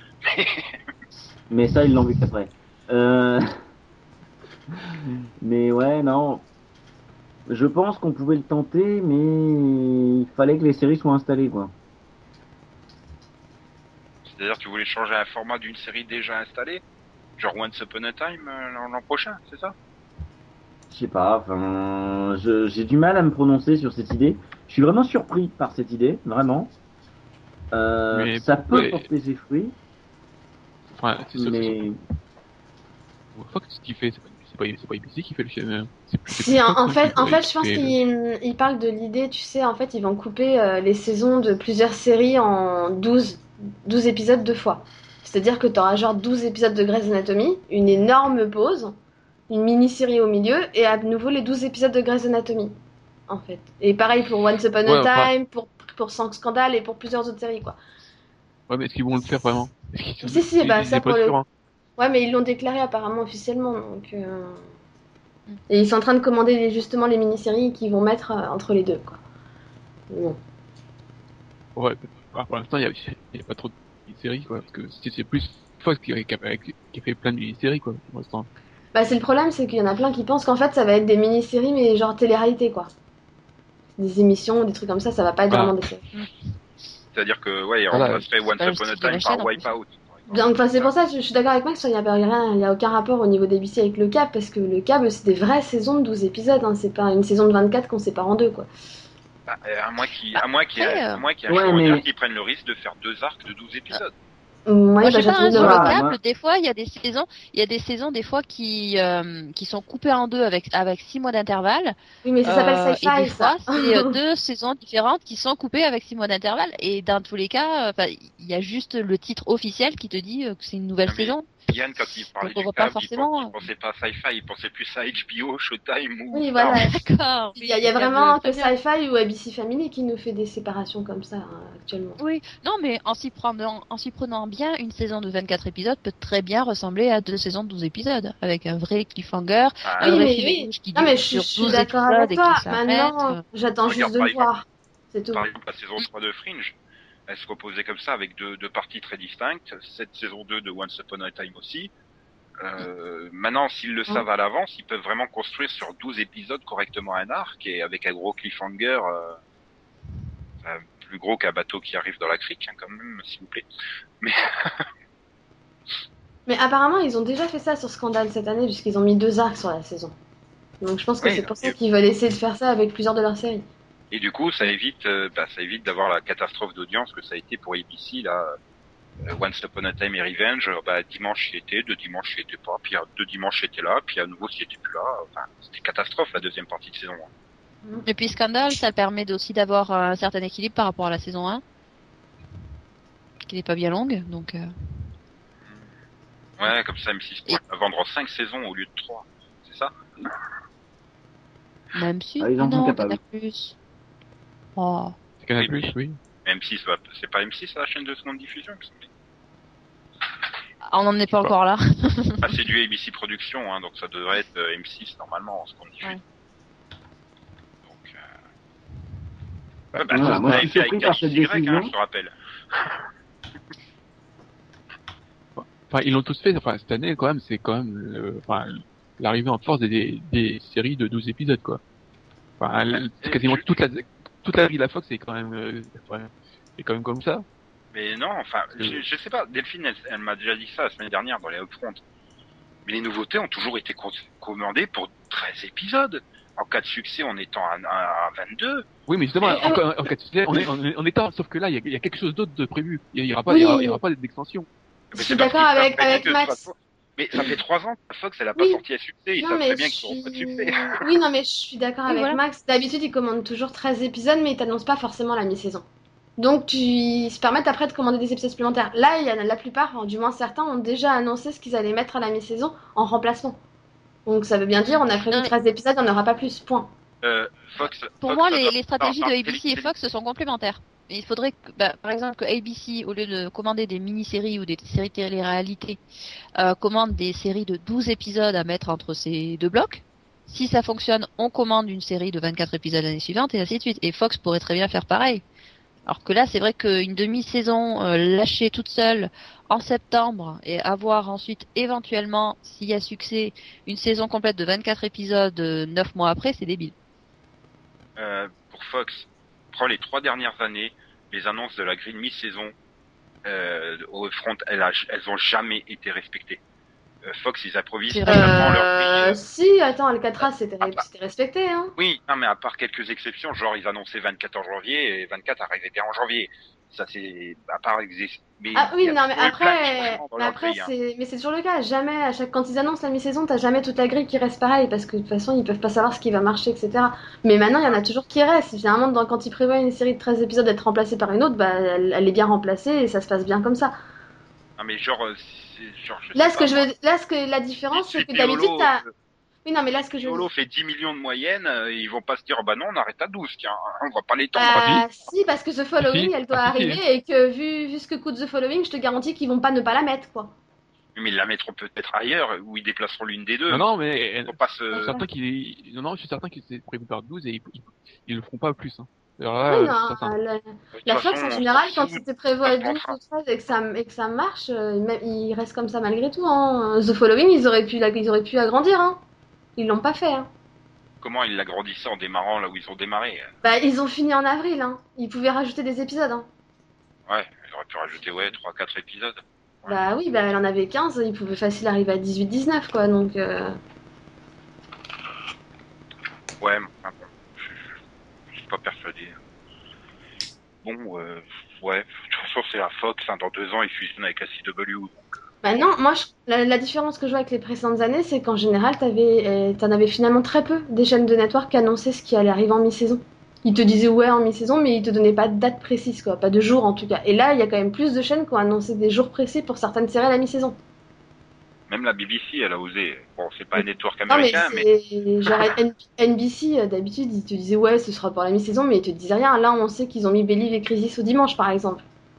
mais ça, ils l'ont vu qu'après. Euh... mais ouais, non. Je pense qu'on pouvait le tenter, mais il fallait que les séries soient installées, quoi. C'est-à-dire, tu voulais changer un format d'une série déjà installée? Genre Once Upon a Time euh, l'an l'an prochain, c'est ça? Je sais pas, enfin, je- j'ai du mal à me prononcer sur cette idée. Je suis vraiment surpris par cette idée, vraiment. Euh, Mais ça peut ouais. porter ses fruits, Enfin, c'est sûr que mais Fox ce qu'il fait, c'est pas, c'est pas, c'est pas A B C qui fait le film. hein. C'est plus- c'est Si, plus en, Fox, en hein, fait, qui en fait- fait, qui je pense fait le- qu'il il parle de l'idée, tu sais, en fait, ils vont couper euh, les saisons de plusieurs séries en douze douze épisodes deux fois. C'est-à-dire que t'auras genre douze épisodes de Grey's Anatomy, une énorme pause, une mini-série au milieu, et à nouveau les douze épisodes de Grey's Anatomy, en fait. Et pareil pour Once Upon Ouais, a enfin, Time, pour, pour Scandale et pour plusieurs autres séries, quoi. ouais, mais est-ce qu'ils vont le faire vraiment? Est-ce qu'ils- Si, si, c'est- bah c'est- ça c'est pour pas le... sûr, hein. Ouais, mais ils l'ont déclaré apparemment officiellement, donc... euh, Et ils sont en train de commander les- justement les mini-séries qu'ils vont mettre euh, entre les deux, quoi. Bon. Ouais, bah, pour l'instant, il y a, il y a pas trop de séries, quoi, parce que c'est c'est plus Fox qui, a- qui, a, qui a fait plein de mini-séries, quoi, pour l'instant. Bah, c'est le problème, c'est qu'il y en a plein qui pensent qu'en fait ça va être des mini-séries, mais genre télé-réalité, quoi. Des émissions, des trucs comme ça, ça va pas être Voilà. vraiment des séries. C'est-à-dire que, ouais, il Voilà. remplacerait Once pas le Upon a style de la Time chaîne, par en Wipeout. par exemple. Donc, enfin, c'est pour ça que je, je suis d'accord avec Max, il n'y a, rien- il y a aucun rapport au niveau des B C avec le câble, parce que le câble c'est des vraies saisons de douze épisodes, hein, c'est pas une saison de vingt-quatre qu'on sépare en deux, quoi. Bah, euh, à moins qu'il Bah, à moins qu'il y ait après, à euh, moins qu'il y ait un ouais, showrunner mais- qui prenne le risque de faire deux arcs de douze épisodes. Ouais, Moi, bah, je sais pas, j'attends hein, de sur le voir. Voilà, câble, moi- des fois, il y a des saisons, il y a des saisons, des fois, qui, euh, qui sont coupées en deux avec, avec six mois d'intervalle. Oui, mais ça s'appelle Euh, et sci-fi, des ça. fois, c'est euh, deux saisons différentes qui sont coupées avec six mois d'intervalle. Et dans tous les cas, euh, 'fin, il y a juste le titre officiel qui te dit euh, que c'est une nouvelle Ah, mais saison. Yann, quand il parlait Donc, on du voit pas câble, il, forcément, pen- il pensait pas à sci-fi, il pensait plus à H B O, Showtime ou Oui, Star. voilà. D'accord. Il y a, il y a le câble, vraiment que très bien. Sci-Fi ou A B C Family qui nous fait des séparations comme ça, hein, actuellement. Oui, non, mais en s'y prenant, en s'y prenant bien, une saison de vingt-quatre épisodes peut très bien ressembler à deux saisons de douze épisodes, avec un vrai cliffhanger, Ah, un Oui, vrai mais fil oui. rouge qui Non, dure mais je, je sur suis douze d'accord épisodes avec et toi. qui s'arrête. Maintenant, j'attends Regarde, juste de par le voir. C'est tout. Par exemple, la saison trois de Fringe, elle se reposait comme ça avec deux, deux parties très distinctes. Cette saison deux de Once Upon a Time aussi. Euh, maintenant, s'ils le savent à l'avance, ils peuvent vraiment construire sur douze épisodes correctement un arc et avec un gros cliffhanger, euh, euh, plus gros qu'un bateau qui arrive dans la crique, hein, quand même, s'il vous plaît. Mais Mais apparemment, ils ont déjà fait ça sur Scandale cette année, puisqu'ils ont mis deux arcs sur la saison. Donc je pense que Oui, c'est pour ça et- qu'ils veulent essayer de faire ça avec plusieurs de leurs séries. et du coup, ça évite, euh, bah, ça évite d'avoir la catastrophe d'audience que ça a été pour A B C là. Euh, Once Upon a Time et Revenge, euh, bah, dimanche il était, deux dimanches il était pas, puis euh, deux dimanches il était là, puis à nouveau s'il était plus là, enfin, c'était catastrophe la deuxième partie de saison. hein. Et puis Scandal, ça permet aussi d'avoir un certain équilibre par rapport à la saison un, qui n'est pas bien longue, donc. Euh... Ouais, comme ça M six Et- pourrait vendre cinq saisons au lieu de trois, c'est ça? Même si, Ah, ils en sont non, capables. Canal plus. Oh. C'est Canal+, Oui, oui. M six, bah, c'est pas M six la chaîne de seconde diffusion, il me semblait. On n'en est pas pas. encore là. Ah, c'est du A B C Productions, hein, donc ça devrait être euh, M six normalement en seconde diffusion. Ouais. Donc, euh, Ouais, bah, Voilà, ça, moi, ça je a suis été surpris avec par cette H Y, hein, décision. je te rappelle. Enfin, ils l'ont tous fait. Enfin, cette année, quand même, c'est quand même le, enfin, l'arrivée en force des, des, des séries de douze épisodes, quoi. Enfin, l- Euh, quasiment je- toute la, toute la grille de la Fox est quand même, euh, enfin, est quand même comme ça. Mais non, enfin, Euh. je, je sais pas, Delphine, elle, elle m'a déjà dit ça la semaine dernière dans les Upfront. Mais les nouveautés ont toujours été co- commandées pour treize épisodes. En cas de succès, en étant à, à, à vingt-deux. Oui, mais justement, Et- en, en, en cas de succès, on est, on est, on est tard, sauf que là, il y a, il y a quelque chose d'autre de prévu. Il y aura pas, il y aura, il y Oui, aura pas d'extension. je Mais suis c'est parce d'accord qu'ils savent avec, très bien avec que de toute Max. façon. Mais ça fait trois ans que Fox, elle a pas Oui, sorti à succès. Ils non savent mais très je bien qu'ils n'auront pas de succès. suis... Oui, non mais je suis d'accord Oui, avec voilà. Max. D'habitude, ils commandent toujours treize épisodes, mais ils t'annoncent pas forcément la mi-saison. Donc, tu... ils se permettent après de commander des épisodes supplémentaires. Là, il y en a la plupart, du moins certains, ont déjà annoncé ce qu'ils allaient mettre à la mi-saison en remplacement. Donc, ça veut bien dire, on a prévu Non, mais- treize épisodes, il n'y en aura pas plus, point. Euh, Fox, Pour Fox, moi, ça les, doit- les non, stratégies non, de A B Télé- C et Télé- Fox sont complémentaires. Et il faudrait, que, bah, par exemple, que A B C, au lieu de commander des mini-séries ou des séries télé-réalité, euh, commande des séries de douze épisodes à mettre entre ces deux blocs. Si ça fonctionne, on commande une série de vingt-quatre épisodes l'année suivante et ainsi de suite. Et Fox pourrait très bien faire pareil. Alors que là, c'est vrai qu'une demi-saison euh, lâchée toute seule en septembre et avoir ensuite éventuellement, s'il y a succès, une saison complète de vingt-quatre épisodes euh, neuf mois après, c'est débile. euh, pour Fox, prends les trois dernières années, les annonces de la grille de mi-saison euh, au front, elles, a- elles ont jamais été respectées. Euh, Fox, ils improvisent C'est vrai. totalement leur grille. Euh... Si, attends, Alcatraz, c'était Ah, bah. c'était respecté, hein. Oui, non, mais à part quelques exceptions, genre ils annonçaient vingt-quatre en janvier et vingt-quatre arrivait bien en janvier. Ça c'est à part exi- mais Ah il oui, y a non, mais toujours eu plein de après, changements dans mais leur après grille. Hein. c'est, mais c'est toujours le cas. Jamais, à chaque, quand ils annoncent la mi-saison, t'as jamais toute la grille qui reste pareil parce que de toute façon, ils peuvent pas savoir ce qui va marcher, et cetera. Mais maintenant, il y en a toujours qui restent. Généralement, dans- quand ils prévoient une série de treize épisodes d'être remplacée par une autre, bah, elle, elle est bien remplacée et ça se passe bien comme ça. Non mais genre, euh, c'est- genre je Là, sais ce que pas je moi. veux, là, ce que la différence, Si c'est que Suite et d'habitude, Holo, t'as, euh, oui, non, mais là, si ce que Suite je et veux Holo fait dix millions de moyenne, euh, ils vont pas se dire bah non on arrête à douze tiens, on va pas l'étendre à bah, dix. si, parce que The Si, Following, si. elle doit Ah, si, arriver si. et que vu, vu ce que coûte The Following, je te garantis qu'ils vont pas ne pas la mettre, quoi. Mais ils la mettront peut-être ailleurs où ils déplaceront l'une des deux. Non, non, mais Faut pas je suis se. certain qu'il, non, non, je suis certain qu'il s'est prévu par douze et ils, ils, ils le feront pas plus, hein. Alors Oui, là, euh, je suis non, certain. la, De toute la façon Fox en on général, s'en quand fout. c'était prévu Ça à se douze plantera. ou treize et que ça, et que ça marche, euh, même- ils restent comme ça malgré tout. Hein. The Following, ils auraient pu, la- ils auraient pu agrandir. Hein. Ils l'ont pas fait. Hein. Comment ils l'agrandissaient en démarrant là où ils ont démarré. Bah, ils ont fini en avril. Hein. Ils pouvaient rajouter des épisodes. Hein. Ouais, ils auraient pu rajouter ouais trois quatre épisodes. Ouais. Bah oui, bah, elle en avait quinze. Ils pouvaient facile arriver à dix-huit dix-neuf, quoi. Donc, euh, Ouais, mais enfin, bon, je, je, je suis pas persuadé. Bon, euh, ouais, de toute façon c'est la Fox, hein, dans deux ans ils fusionnent avec la C W. Donc, bah non, moi, je- la, la différence que je vois avec les précédentes années, c'est qu'en général, t'avais, euh, t'en avais finalement très peu des chaînes de network qui annonçaient ce qui allait arriver en mi-saison. Ils te disaient ouais en mi-saison, mais ils te donnaient pas de date précise, quoi, pas de jour en tout cas. Et là, il y a quand même plus de chaînes qui ont annoncé des jours précis pour certaines séries à la mi-saison. même la B B C, elle a osé. Bon, c'est pas un network Non, mais américain, mais c'est genre N- NBC, euh, d'habitude, ils te disaient ouais, ce sera pour la mi-saison, mais ils te disaient rien. Là, on sait qu'ils ont mis Believe et Crisis au dimanche, par exemple.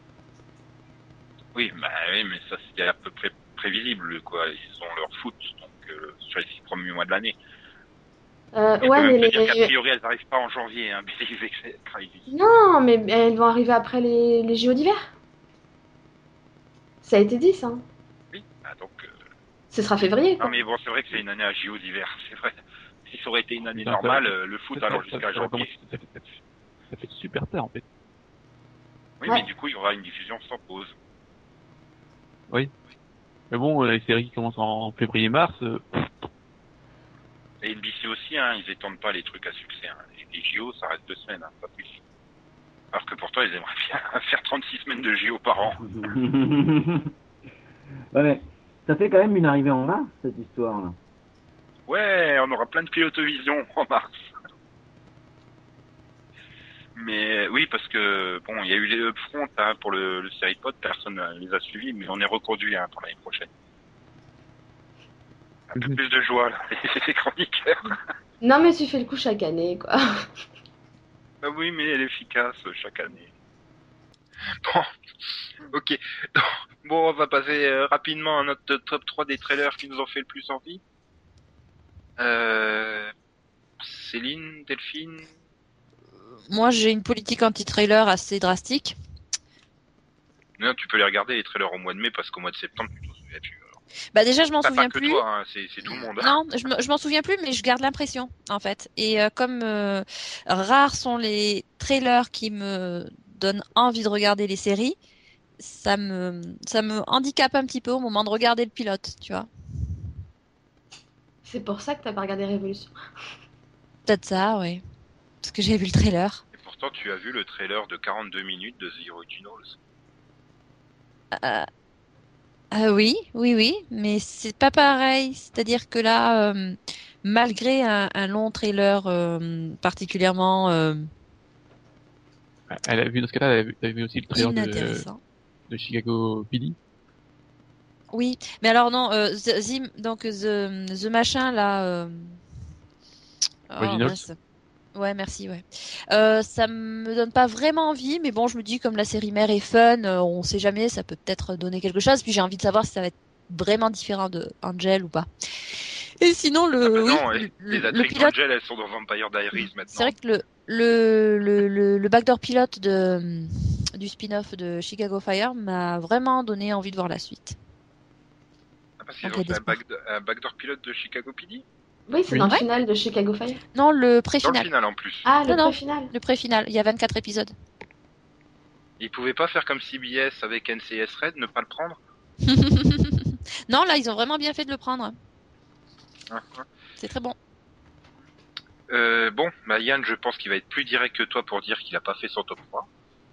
oui, bah oui, mais ça c'était à peu près prévisible, quoi. Ils ont leur foot, donc euh, sur les six premiers mois de l'année. Euh, Je peux ouais, même mais te dire qu'a les... priori elles n'arrivent pas en janvier, hein, Believe et Crisis. Non, mais elles vont arriver après les, les J O d'hiver. Ça a été dit, ça. Hein. Oui, bah donc. Euh... Ce sera février, Non quoi. mais bon, c'est vrai que c'est une année à J O d'hiver, c'est vrai. Si ça aurait été une année Putain, ça- normale, euh, le foot Ça, allant ça, jusqu'à ça, ça, janvier. ça fait, ça fait super tard, en fait. Oui, Ouais. mais du coup il y aura une diffusion sans pause. Oui. Mais bon, euh, les séries qui commencent en février-mars, euh, Et N B C aussi, hein, ils étendent pas les trucs à succès. Hein. Les, les J O, ça reste deux semaines, hein, pas plus. Alors que pourtant, ils aimeraient bien faire trente-six semaines de J O par an. Ouais, mais ça fait quand même une arrivée en mars, cette histoire-là. Ouais, on aura plein de pilotovision en mars. Mais oui, parce que bon, il y a eu les upfront hein, pour le, le série pod, personne ne les a suivis, mais on est reconduit hein, pour l'année prochaine. Un peu Mhm. plus de joie là, les chroniqueurs. Non, mais tu fais le coup chaque année, quoi. Bah oui, mais elle est efficace chaque année. Bon, ok. Bon, on va passer euh, rapidement à notre top trois des trailers qui nous ont fait le plus envie. Euh... Céline, Delphine. moi, j'ai une politique anti-trailer assez drastique. Non, tu peux les regarder les trailers au mois de mai parce qu'au mois de septembre, tu t'en souviens plus. Alors. Bah déjà, je m'en T'as souviens pas que plus. toi, hein, c'est, c'est tout le monde. Non, je me- je m'en souviens plus, mais je garde l'impression, en fait. Et euh, comme euh, rares sont les trailers qui me donnent envie de regarder les séries, ça me ça me handicape un petit peu au moment de regarder le pilote, tu vois. C'est pour ça que t'as pas regardé Révolution. Peut-être ça, ouais. Parce que j'ai vu le trailer. Et pourtant, tu as vu le trailer de quarante-deux minutes de The Originals. Euh, euh, oui, oui, oui, mais c'est pas pareil. C'est-à-dire que là, euh, malgré un, un long trailer euh, particulièrement euh, Elle a vu, dans ce cas-là, elle a vu, elle a vu aussi le trailer de, inintéressant. de Chicago P D. Oui, mais alors non, euh, the, the- donc the, the machin là. Euh... Oh, Originals. mince. Ouais, merci, ouais. Euh, ça me donne pas vraiment envie, mais bon, je me dis comme la série mère est fun, euh, on sait jamais, ça peut peut-être donner quelque chose. Puis j'ai envie de savoir si ça va être vraiment différent de Angel ou pas. Et sinon le, Ah bah oui, non, le, les, le- les le intrigues pilote, d'Angel, elles sont dans Vampire Diaries c'est maintenant. vrai que le le le le, le backdoor pilote de du spin-off de Chicago Fire m'a vraiment donné envie de voir la suite. Ah, parce qu'ils Donc, ont il y a fait un, d'espoir. back, un backdoor pilote de Chicago P D. Oui, c'est Oui. dans le Ouais. final de Chicago Fire. Non, le Dans le pré-final. final en plus. Ah, le Non, non. pré-final. Le pré-final, il y a vingt-quatre épisodes. Ils pouvaient pas faire comme C B S avec N C S Red, ne pas le prendre. Non, là, ils ont vraiment bien fait de le prendre. Hein, hein. C'est très bon. Euh, bon, bah Yann, je pense qu'il va être plus direct que toi pour dire qu'il a pas fait son top trois.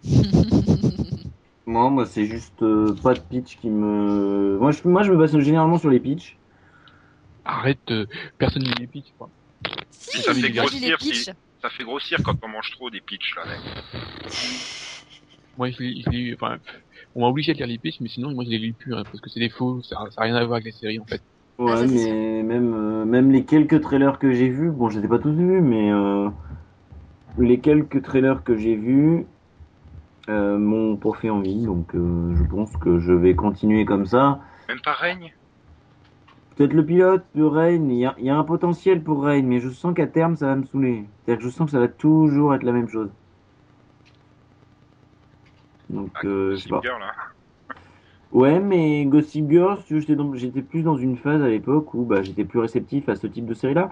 Non, moi, c'est juste euh, pas de pitch qui me. Moi, je, moi, je me base généralement sur les pitchs. Arrête, euh, personne ne les pitch, quoi. Si, ça fait moi, je lis les grossir, pitchs. si- Ça fait grossir quand on mange trop des pitchs là. mec. Moi, je l'ai, je l'ai- enfin, on m'a obligé de lire les pitchs, mais sinon, moi, je les lis plus, hein, parce que c'est des faux, ça, ça a rien à voir avec les séries, en fait. Ouais, Ah, ça, c'est mais même, euh, même les quelques trailers que j'ai vus, bon, je les ai pas tous vus, mais euh, les quelques trailers que j'ai vus euh, m'ont pas fait envie, donc euh, je pense que je vais continuer comme ça. Même pas règne. Peut-être le pilote de Rain, il y a, il y a un potentiel pour Rain, mais je sens qu'à terme ça va me saouler. C'est-à-dire que je sens que ça va toujours être la même chose. Donc, Ah, euh, je sais pas. Gossip Girl, hein. Ouais, mais Gossip Girl, si tu veux, j'étais dans- j'étais plus dans une phase à l'époque où bah, j'étais plus réceptif à ce type de série-là.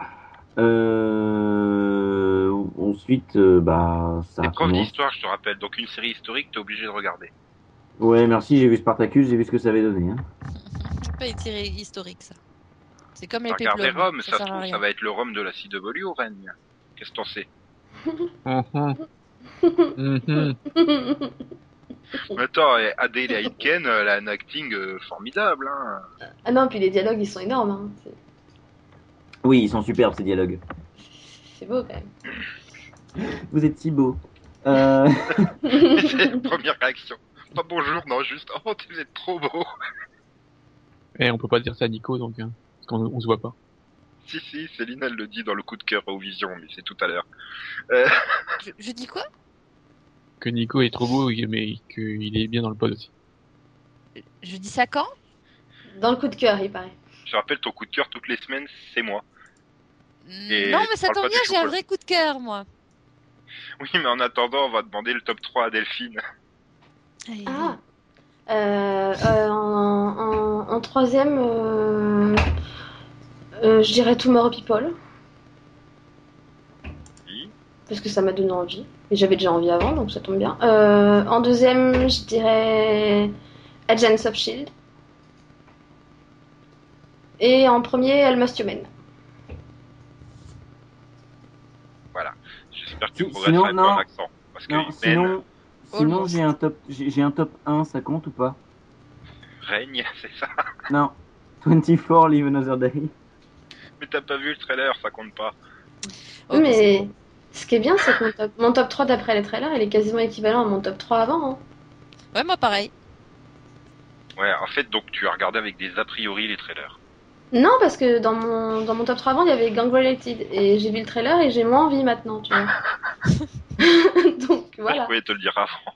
Euh, ensuite, euh, bah, ça T'es a prof commencé. d'histoire, je te rappelle. Donc une série historique, t'es obligé de regarder. Ouais, merci, j'ai vu Spartacus, j'ai vu ce que ça avait donné. Hein. C'est pas une série historique, ça. C'est comme les Regardez péplums. Rome, ça, Ça se sert à trouve, rien. ça va être le Rome de la C W au règne. Qu'est-ce que t'en sais? Mhm. Mhm. Attends, et Adèle Aitken, elle a un acting euh, formidable, hein. Ah non, puis les dialogues, ils sont énormes. Hein. C'est- Oui, ils sont superbes ces dialogues. C'est beau quand même. Vous êtes si beau. Euh... C'est la première réaction. Pas bonjour, non, juste oh, vous êtes trop beau. Et on peut pas dire ça à Nico, donc, hein, parce qu'on on se voit pas. Si, si, Céline, elle le dit dans le coup de cœur au Vision, mais c'est tout à l'heure. Euh, Je, je dis quoi? Que Nico est trop beau, mais qu'il est bien dans le pod aussi. Je dis ça quand? Dans le coup de cœur, il paraît. je te rappelle, ton coup de cœur toutes les semaines, c'est moi. Et Non, mais ça parle tombe pas bien, du j'ai un chocolat. vrai coup de cœur, moi. Oui, mais en attendant, on va demander le top trois à Delphine. Allez, Ah euh, euh, en, en, en troisième, euh, euh, je dirais Tomorrow People. Oui. Parce que ça m'a donné envie. Et j'avais déjà envie avant, donc ça tombe bien. Euh, en deuxième, je dirais Agents of Shield. Et en premier, Almost Human. J'espère que Si- tu progresseras sinon, avec ton non. accent. Parce que Non, Ben, sinon, sinon Almost. j'ai un top, j'ai j'ai un top un, ça compte ou pas? règne, c'est ça. Non. vingt-quatre Live Another Day. Mais t'as pas vu le trailer, ça compte pas. Oh, bah, c'est mais bon. ce qui est bien, c'est que mon top, mon top trois d'après les trailers, il est quasiment équivalent à mon top trois avant. Hein. Ouais, moi pareil. Ouais, en fait, donc tu as regardé avec des a priori les trailers. Non, parce que dans mon, dans mon top trois avant, il y avait Gang Related. Et j'ai vu le trailer et j'ai moins envie maintenant, tu vois. Donc Je voilà. pouvais te le dire avant.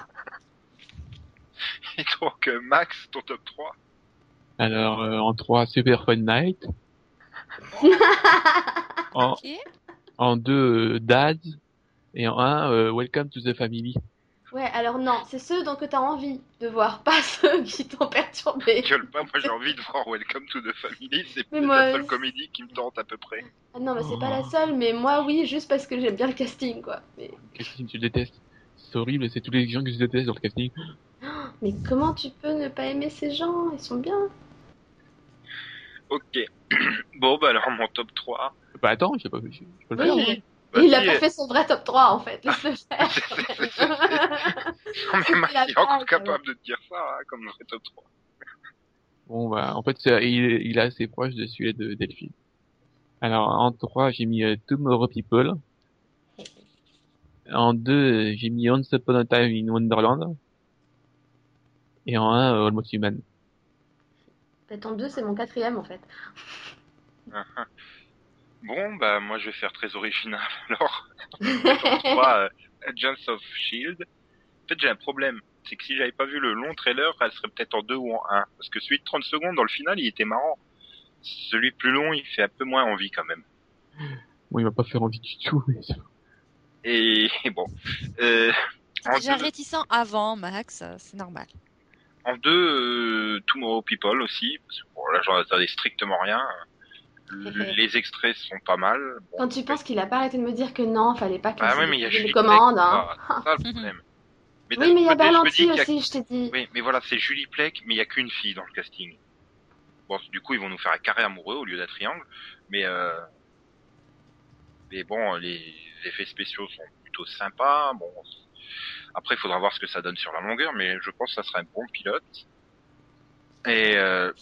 Et donc, euh, Max, ton top trois. Alors, euh, en trois, Super Fun Night. En, Ok. en deux, euh, Dads. Et en un, euh, Welcome to the Family. Ouais, alors non, c'est ceux dont que t'as envie de voir, pas ceux qui t'ont perturbé. Gueule pas, moi j'ai envie de voir Welcome to the Family, c'est Mais peut-être moi, la seule c'est- comédie qui me tente à peu près. Ah non, mais c'est pas la Oh. seule, mais moi oui, juste parce que j'aime bien le casting, quoi. Mais, Casting, je déteste. C'est horrible, c'est tous les gens que je déteste dans le casting. mais comment tu peux ne pas aimer ces gens? Ils sont bien. Ok. Bon, bah alors mon top trois. Bah attends, je sais pas, je, je peux le Oui, faire. oui. moi. Bah, il a si, pas euh, fait son vrai top trois en fait, laisse-le faire. c'est- c'est- c'est- c'est- Non mais Max Il a il est pas, encore quand capable de te dire ça, hein, comme vrai top trois. Bon, bah, en fait, c'est- il, est- il est assez proche de celui de Delphine. Alors, en trois, j'ai mis euh, Tomorrow People. En deux, j'ai mis Once Upon a Time in Wonderland. Et en un, euh, Almost Human. Peut-être en deux, c'est mon quatrième en fait. Bon, bah moi je vais faire très original alors. Top trois, euh, Agents of Shield. En fait j'ai un problème, c'est que si j'avais pas vu le long trailer, elle serait peut-être en deux ou en un. Parce que celui de trente secondes dans le final, il était marrant. Celui plus long, il fait un peu moins envie quand même. Bon, il m'a pas fait envie du tout, mais Et, et bon. Euh, T'es en déjà deux, réticent avant, Max, euh, c'est normal. en deux euh, Tomorrow People aussi. Parce que, bon, là j'en attendais strictement rien. Les extraits sont pas mal. Bon, Quand tu mais- penses qu'il a pas arrêté de me dire que non, fallait pas que Ah se ouais, mais il y a déposer Julie les Plec, commandes, hein. quoi. C'est ça le problème. Mais d'un Oui, mais il y a côté, je me dis Berlanti qu'il y a- aussi, je t'ai dit. Oui, mais voilà, c'est Julie Plec, mais il y a qu'une fille dans le casting. Bon, du coup, ils vont nous faire un carré amoureux au lieu d'un triangle, mais euh... mais bon, les effets spéciaux sont plutôt sympas. Bon, après, il faudra voir ce que ça donne sur la longueur, mais je pense que ça sera un bon pilote. Et euh...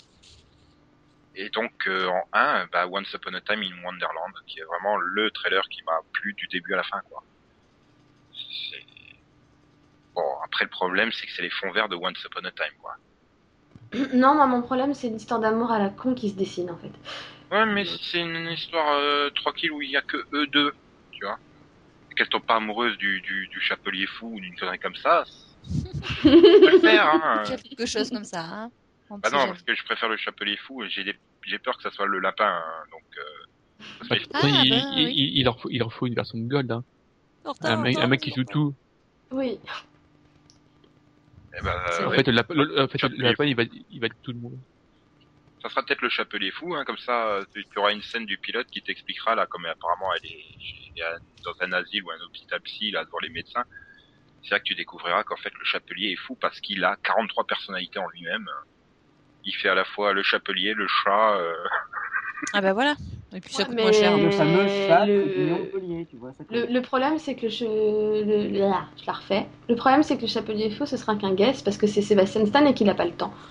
et donc euh, en un, bah, Once Upon a Time in Wonderland, qui est vraiment le trailer qui m'a plu du début à la fin, quoi. C'est... Bon, après le problème, c'est que c'est les fonds verts de Once Upon a Time, quoi. Non, moi mon problème c'est l'histoire d'amour à la con qui se dessine en fait. Ouais, mais si c'est une histoire euh, tranquille où il y a que eux deux, tu vois, et qu'elle tombe pas amoureuse du, du, du chapelier fou ou d'une connerie comme ça, ça peut le faire, hein. J'ai quelque chose comme ça, hein. On ne Bah sait non, jamais. parce que je préfère le chapelier fou et j'ai des... j'ai peur que ça soit le lapin, hein, donc euh, ça se Bah, méfie. pourtant, Ah, il, bah, il, oui. il, il leur faut, il leur faut une version de Gold, hein. Pourtant, Un mec, un mec qui joue tout. Oui. Eh ben, C'est euh, En vrai. fait, le lapin, le, en fait, le Chapelier lapin, il va, il va être tout le monde. ça sera peut-être le chapelier fou, hein, comme ça, euh, tu tu auras une scène du pilote qui t'expliquera, là, comme apparemment elle est chez- dans un asile ou un hôpital psy, là, devant les médecins. C'est là que tu découvriras qu'en fait, le chapelier est fou parce qu'il a quarante-trois personnalités en lui-même. Il fait à la fois le chapelier, le chat, euh... Ah bah voilà. Et puis ça Ouais, coûte mais- moins cher. Le fameux chat le- de Montpellier, tu vois ça. Le, le problème c'est que le, che- le, le- ah, je la refais. Le problème c'est que le chapelier fou ce sera qu'un guest parce que c'est Sébastien Stan et qu'il a pas le temps.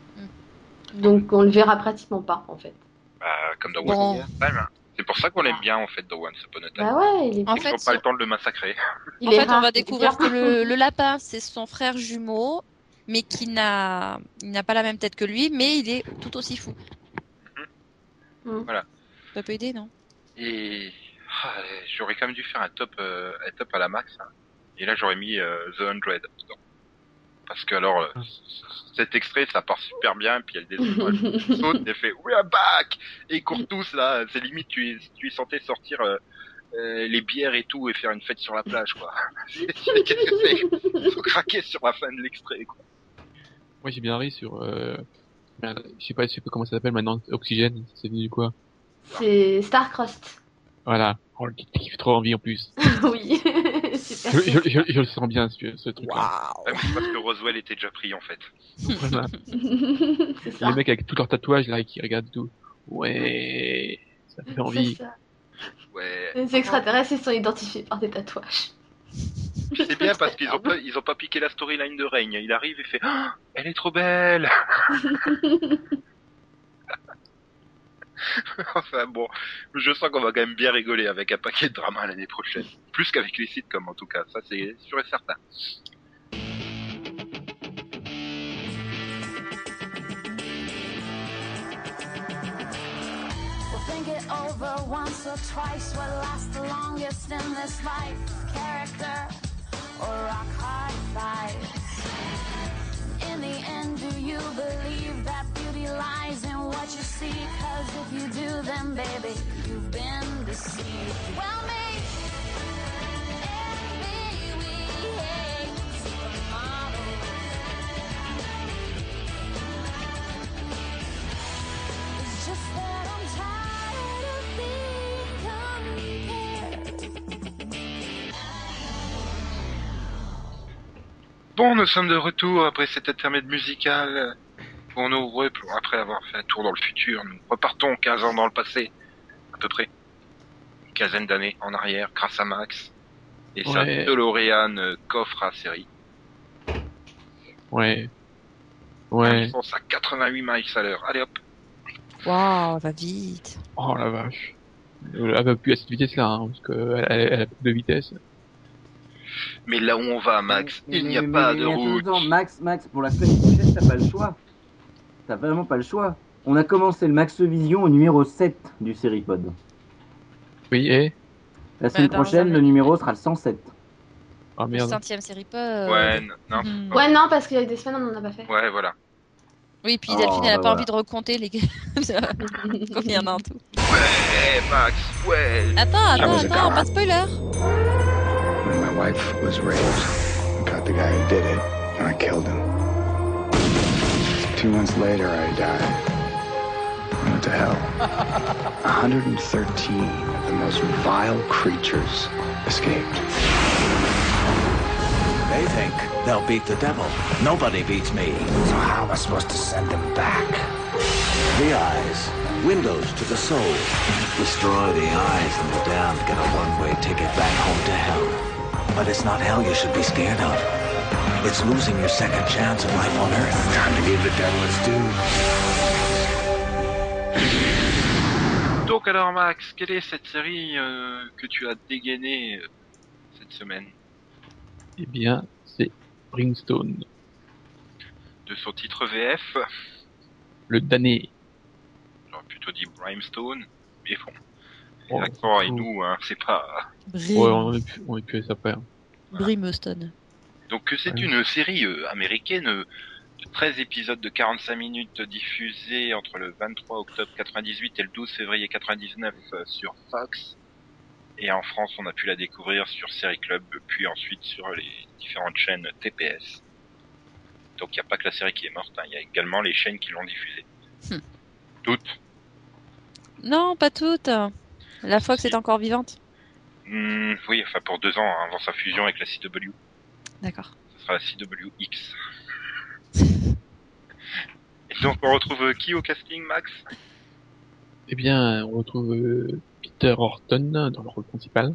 Donc on le verra pratiquement pas en fait. bah, comme dans Bon. Once Upon a Time, hein. C'est pour ça qu'on l'aime bien, en fait, dans Once Upon a Time. Bah ouais, il est, En C'est qu'ils fait, n'ont pas si- le temps de le massacrer. il en est fait, on rare, va il est découvrir que bien. le, le lapin, c'est son frère jumeau, mais qui n'a, il n'a pas la même tête que lui, mais il est tout aussi fou. Mm. Voilà. Ça peut aider, non? Et ah, j'aurais quand même dû faire un top, euh, un top à la max. Hein. Et là, j'aurais mis euh, The Hundred dedans. Parce que alors, euh, cet extrait, ça part super bien, puis elle descend, elle saute, elle fait We are back, et ils courent tous là. C'est limite, tu es, tu es censé sortir euh, euh, les bières et tout et faire une fête sur la plage, quoi. C'est- c'est- Qu'est-ce que c'est? Faut craquer sur la fin de l'extrait, quoi. Moi, j'ai bien ri sur, euh, merde, je sais pas, je sais pas comment ça s'appelle maintenant, Oxygène, c'est venu du quoi? C'est Starcrossed. Voilà. Oh, qui qui fait trop envie en plus. Oui, Je, super. je, je, je le sens bien, ce, ce truc-là. Ouais, mais c'est parce que Roswell était déjà pris, en fait. Voilà. C'est ça. Les mecs avec tous leurs tatouages, là, qui regardent tout. Ouais, ça fait C'est envie. ça. Ouais. Les extraterrestres ils sont identifiés par des tatouages. C'est bien parce qu'ils ont pas, ils ont pas piqué la storyline de Reign. Il arrive et fait, oh, elle est trop belle. Enfin bon, je sens qu'on va quand même bien rigoler avec un paquet de dramas l'année prochaine. Plus qu'avec les sitcoms en tout cas, ça c'est sûr et certain. We'll think it over once or twice. What lasts the longest in this life? Character or rock hard fights? In the end, do you believe that beauty lies in what you see? Cause if you do, then baby, you've been deceived. Well, me and Bon, nous sommes de retour après cet intermède musical. Pour nos heureux, après avoir fait un tour dans le futur, nous repartons quinze ans dans le passé, à peu près. Une quinzaine d'années en arrière, grâce à Max. Et sa Ouais. DeLorean euh, coffre à série. Ouais. Un Ouais. licence à quatre-vingt-huit miles à l'heure. Allez hop. Waouh, va vite. Oh la vache. Elle va plus à cette vitesse-là, hein, parce qu'elle elle, elle a plus de vitesse. Mais là où on va, Max, Mais- il mais- n'y a mais- pas mais- de mais attends, route. attends, Max, Max, pour la semaine prochaine, t'as pas le choix. T'as vraiment pas le choix. On a commencé le Max Vision au numéro sept du Seripod. Oui, et La semaine Bah, dans prochaine, un- le numéro sera le cent sept. oh Le merde. centième série pas. Ouais, n- non. Mhm. c'est Ouais, non, parce qu'il y a eu des semaines, on n'en a pas fait. pas- Ouais, voilà. Oui, puis Oh, Delphine, elle a bah pas voilà. envie de recompter les combien il y en a en tout. Ouais, Max, ouais. Attends, attends, was a attends, coward. pas de spoiler. When my wife was raped, I caught the guy who did it, and I killed him. Two months later, I died. I went to hell. one hundred thirteen of the most vile creatures escaped. They think they'll beat the devil. Nobody beats me. So how am I supposed to send them back? The eyes, windows to the soul. Destroy the eyes and the damned get a one-way ticket back home to hell. But it's not hell you should be scared of. It's losing your second chance at life on Earth. Time to give the devil its due. Donc alors, Max, quelle est cette série euh, que tu as dégainée euh, cette semaine? Eh bien, c'est Brimstone, De son titre V F, le damné. j'aurais plutôt dit Brimstone, mais bon, Oh, l'accent et oh. nous, hein, c'est pas... Ouais, on est plus, on est plus à ça près. hein. Brimstone. Donc c'est Ouais. une série euh, américaine euh, de treize épisodes de quarante-cinq minutes diffusés entre le vingt-trois octobre quatre-vingt-dix-huit et le douze février quatre-vingt-dix-neuf euh, sur Fox. Et en France, on a pu la découvrir sur Série Club, puis ensuite sur les différentes chaînes T P S. Donc il n'y a pas que la série qui est morte, il hein, y a également les chaînes qui l'ont diffusée. Hmm. Toutes. Non, pas toutes. La Fox Si. est encore vivante. Hmm, oui, enfin pour deux ans, hein, avant sa fusion avec la C W. D'accord. Ce sera la C W X. Et donc on retrouve euh, qui au casting, Max? Eh bien, on retrouve euh, Peter Horton dans le rôle principal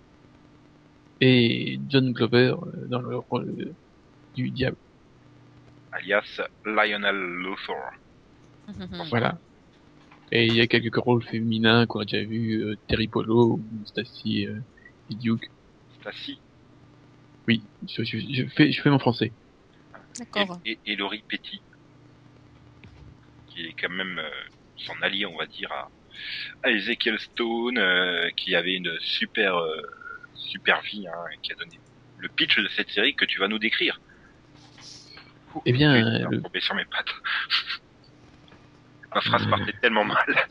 et John Glover euh, dans le rôle euh, du diable. Alias Lionel Luthor. Voilà. Et il y a quelques rôles féminins qu'on a déjà vu, euh, Terry Polo ou Stacy euh, et Duke. Stacy Oui, je, je, je fais, je fais mon français. D'accord. et, et, et Laurie Petty, qui est quand même euh, son allié, on va dire, à, à Ezekiel Stone, euh, qui avait une super euh, super vie, hein, qui a donné le pitch de cette série que tu vas nous décrire. Ouh, Eh bien, je vais le- tomber sur mes pattes. Ma phrase partait tellement mal.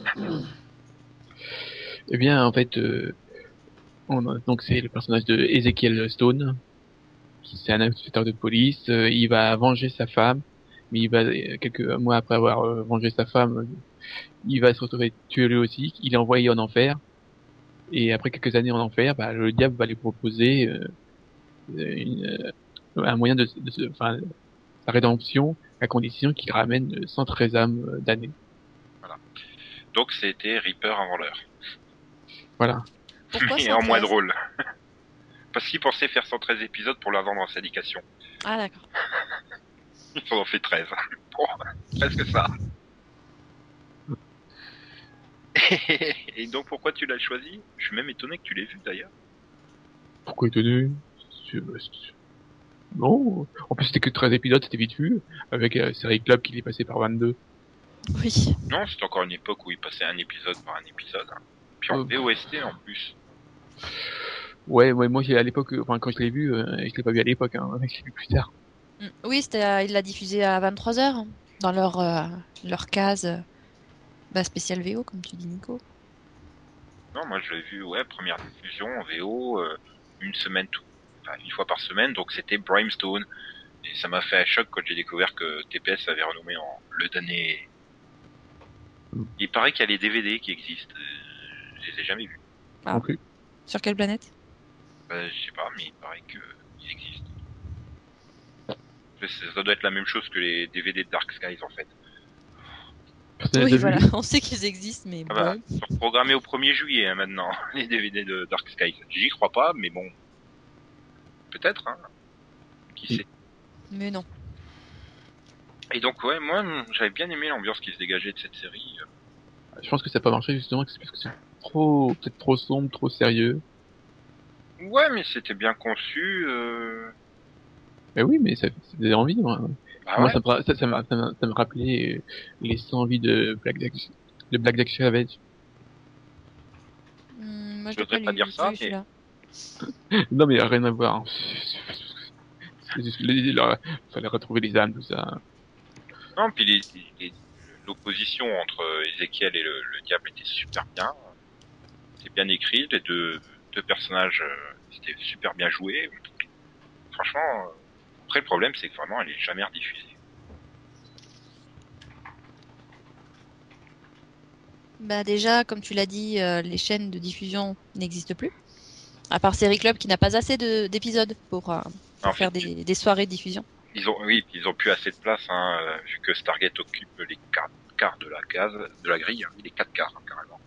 Eh bien, en fait, euh, on a- donc c'est le personnage de Ezekiel Stone, qui c'est un inspecteur de police. euh, il va venger sa femme, mais il va euh, quelques mois après avoir euh, vengé sa femme, euh, il va se retrouver tué lui aussi. Il est envoyé en enfer, et après quelques années en enfer, bah, le diable va lui proposer euh, une, euh, un moyen de, de, se- enfin, sa rédemption, à condition qu'il ramène cent treize âmes euh, damnées. Donc c'était Reaper avant l'heure. Voilà. Pourquoi Mais en moins cent treize? drôle. Parce qu'il pensait faire cent treize épisodes pour la vendre en syndication. Ah d'accord. Ils en ont fait treize. Bon, presque ça. Et donc pourquoi tu l'as choisi? Je suis même étonné que tu l'aies vu d'ailleurs. Pourquoi étonné? C'est- c'est- Non. En plus, c'était que treize épisodes, c'était vite vu. Avec euh, Série Club qui est passé par vingt-deux. Oui. Non, c'était encore une époque où il passait un épisode par un épisode. hein. Puis en Euh, V O S T en plus. Ouais, ouais, moi, j'ai- à l'époque, euh, enfin, quand je l'ai vu, euh, je l'ai pas vu à l'époque, hein. Je l'ai vu plus tard. Mm. Oui, c'était, euh, il l'a diffusé à vingt-trois heures dans leur euh, leur case euh, bah, spécial V O comme tu dis Nico. Non, moi je l'ai vu, ouais, première diffusion en V O, euh, une semaine tout, enfin une fois par semaine, donc c'était Brimstone. Et ça m'a fait un choc quand j'ai découvert que T P S avait renommé en Le Damné. Il paraît qu'il y a les D V D qui existent, euh, je les ai jamais vus. Ah. Non plus. Sur quelle planète? Bah, je sais pas, mais il paraît que ils existent. que ça doit être la même chose que les D V D de Dark Skies en fait. Personne n'a Oui, déjà voilà, vu. on sait qu'ils existent, mais Ah bah, bon. ils sont programmés au premier juillet hein, maintenant, les D V D de Dark Skies. J'y crois pas, mais bon. Peut-être, hein. Qui sait. Mais non. Et donc ouais, moi j'avais bien aimé l'ambiance qui se dégageait de cette série. Je pense que ça n'a pas marché justement parce que c'est trop, peut-être trop sombre, trop sérieux. Ouais, mais c'était bien conçu. Euh... Mais oui, mais ça, ça faisait envie. Moi, Bah moi ouais. ça, me, ra- ça, ça, m'a- ça, m'a- ça me rappelait euh, les cent vies de Black Jack, de Black Jack Savage. Hum, moi, je Je l'ai pas voudrais pas lu, dire ça, vu, mais- celui-là. Non mais rien à voir. C'est juste les- les- leur- fallait retrouver les âmes, tout ça. Non, puis les, les- l'opposition entre Ezekiel et le, le diable était super bien. C'était bien écrit, les deux, deux personnages euh, c'était super bien joué. Franchement, euh, après le problème c'est que vraiment elle est jamais rediffusée. Bah déjà, comme tu l'as dit, euh, les chaînes de diffusion n'existent plus. À part Série Club qui n'a pas assez de- d'épisodes pour, euh, pour En faire fait, des, des soirées de diffusion. Ils ont, oui, puis ils ont plus assez de place, hein, euh, vu que Stargate occupe les quatre quarts de la case, de la grille, hein, les quatre quarts hein, carrément.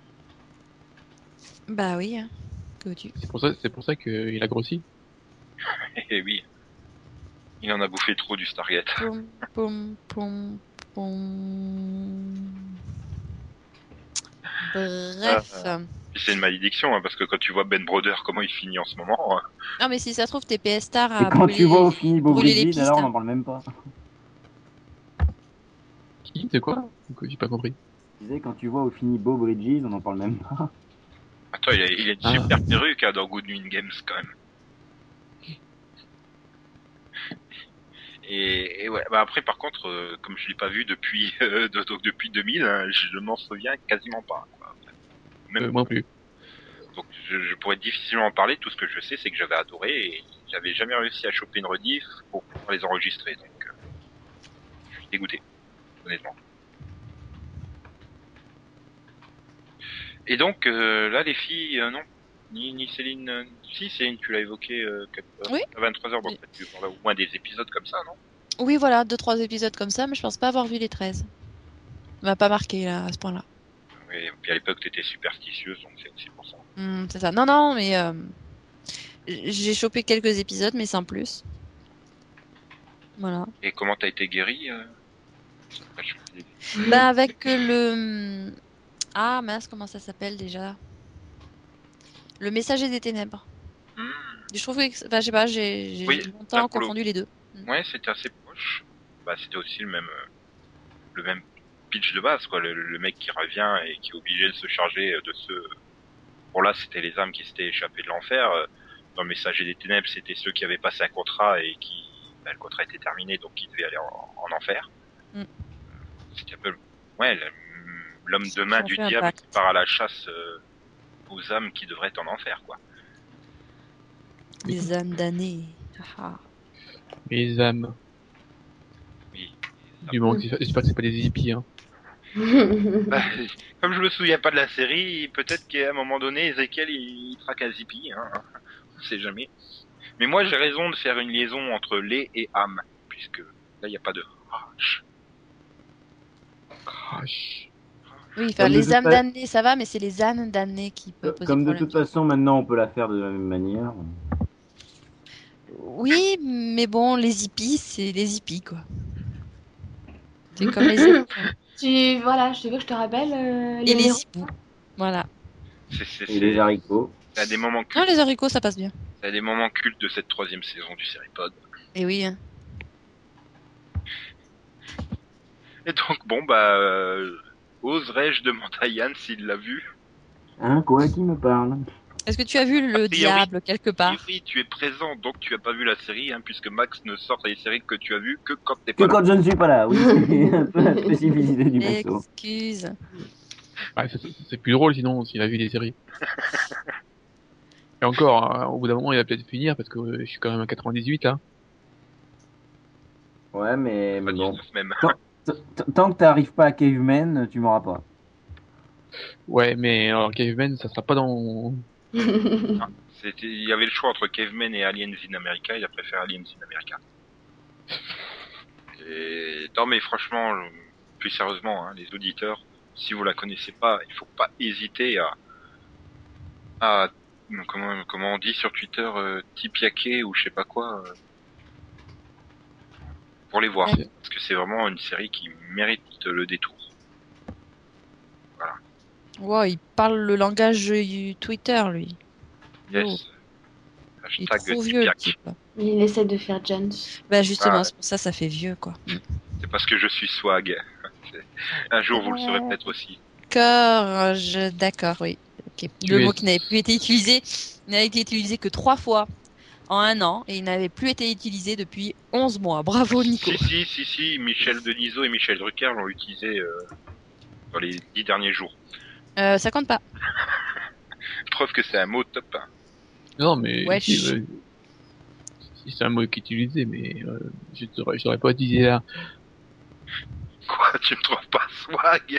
Bah oui, hein. Que veux-tu. C'est pour ça, c'est pour ça qu'il a grossi. Et oui, il en a bouffé trop du Stargate. Poum, poum, poum, poum. Bref. Ah, Puis c'est une malédiction, hein, parce que quand tu vois Ben Brother comment il finit en ce moment, hein, Non mais si ça se trouve, t'es P S Star Et à quand brûler, tu vois au fini Beau brûler les Brigid, pistes. alors on hein. n'en parle même pas. Qui, c'est quoi? Donc, J'ai pas compris. Je disais, quand tu vois au fini Beau Bridges, on n'en parle même pas. attends, il a, il a une Ah. super perruque hein, dans Good Win Games quand même. Et, et ouais, bah après par contre, euh, comme je l'ai pas vu depuis euh, de- donc depuis deux mille, hein, je m'en souviens quasiment pas. Quoi. Même Euh, moi non plus. donc je, je pourrais difficilement en parler. Tout ce que je sais, c'est que j'avais adoré et j'avais jamais réussi à choper une rediff pour pouvoir les enregistrer. Donc euh, je suis dégoûté, honnêtement. Et donc euh, là, les filles, euh, non, ni, ni Céline, euh, si Céline, tu l'as évoqué euh, Oui. à vingt-trois heures, donc t'as dû voir là, au moins des épisodes comme ça, non? Oui, voilà, deux trois épisodes comme ça, mais je pense pas avoir vu les treize. Ça m'a pas marqué là, à ce point-là. Et puis à l'époque, t'étais superstitieuse, donc c'est aussi pour ça. Hmm, c'est ça. Non, non, mais euh, j'ai chopé quelques épisodes, mais sans plus. Voilà. Et comment t'as été guérie euh... Après, je- Bah avec le... Ah mince, comment ça s'appelle déjà? Le Messager des Ténèbres. Hmm. Je trouve que... Enfin, je sais pas, j'ai j'ai Oui, longtemps là, pour le- confondu les deux. Ouais, c'était assez proche. Bah, c'était aussi le même, euh, le même pitch de base, quoi. Le, le mec qui revient et qui est obligé de se charger de ceux. Bon là, c'était les âmes qui s'étaient échappées de l'enfer. Dans le Messager des Ténèbres, c'était ceux qui avaient passé un contrat et qui, bah, le contrat était terminé, donc ils devaient aller en, en enfer. Mm. C'était un peu, ouais, le- l'homme de main Ils ont du fait un diable pacte. qui part à la chasse euh, aux âmes qui devraient être en enfer, quoi. Les âmes damnées. Ah, ah. Les âmes. Oui. Du moment que c'est- j'espère que c'est pas des hippies, hein. Bah, comme je me souviens pas de la série, peut-être qu'à un moment donné, Ezekiel il, il traque un zippy, hein. On sait jamais. Mais moi j'ai raison de faire une liaison entre lait et âme, puisque là il n'y a pas de H. Crash. Oui, enfin, Comme de les toute âmes fa- damnées, ça va, mais c'est les ânes damnées qui peuvent poser Comme de problème. toute façon, maintenant, on peut la faire de la même manière. Oui, mais bon, les hippies, c'est les hippies, quoi. C'est comme les élections. Tu, voilà, je te veux que je te rappelle. euh, Et les numéros. hiboux. Voilà. C'est, c'est, Et les c'est, haricots. c'est à des moments Non, cultes, les haricots, ça passe bien. c'est à des moments cultes de cette troisième saison du Seripod. Et oui. hein. Et donc bon bah, euh, oserais-je demander à Yann s'il l'a vu? Hein, quoi, qui me parle? Est-ce que tu as vu le A priori, diable quelque part? Oui, tu es présent, donc tu as pas vu la série, hein, puisque Max ne sort les séries que tu as vues que quand t'es Que pas là. quand je ne suis pas là, oui, c'est un peu la spécificité du perso. Excuse. Ouais, c'est- c'est c'est plus drôle sinon s'il a vu des séries. Et encore, hein, au bout d'un moment, il va peut-être finir parce que euh, je suis quand même à quatre-vingt-dix-huit là. Ouais, mais, mais bon. dix-neuf même. T- t- Tant que t'arrives pas à Caveman, tu m'auras pas. Ouais, mais alors Caveman, ça sera pas dans. C'était, il y avait le choix entre Caveman et Aliens in America, il a préféré Aliens in America. Et non mais franchement, plus sérieusement, hein, les auditeurs, si vous la connaissez pas, il faut pas hésiter à, à comment, comment on dit sur Twitter, euh, tipiaquer ou je sais pas quoi, euh, pour les voir, Ouais. parce que c'est vraiment une série qui mérite le détour. Wow, il parle le langage euh, Twitter, lui. Yes. Oh, il est Hashtag trop vieux, le tipiac. type. là. Il essaie de faire Jones. Bah justement, Ah. c'est pour ça ça fait vieux, quoi. C'est parce que je suis swag. C'est- Un jour vous le saurez peut-être aussi. D'accord, je... d'accord, oui. Ok. Tu Le es- mot qui n'avait plus été utilisé, n'a été utilisé que trois fois en un an et il n'avait plus été utilisé depuis onze mois. Bravo, Nico. Si si si si, Michel Denisot et Michel Drucker l'ont utilisé euh, dans les dix derniers jours. Euh, ça compte pas. Preuve que c'est un mot top. Hein. Non, mais Wesh. si, euh, si c'est un mot qui est utilisé, mais euh, je saurais, je saurais pas utiliser là. Quoi, tu me trouves pas swag?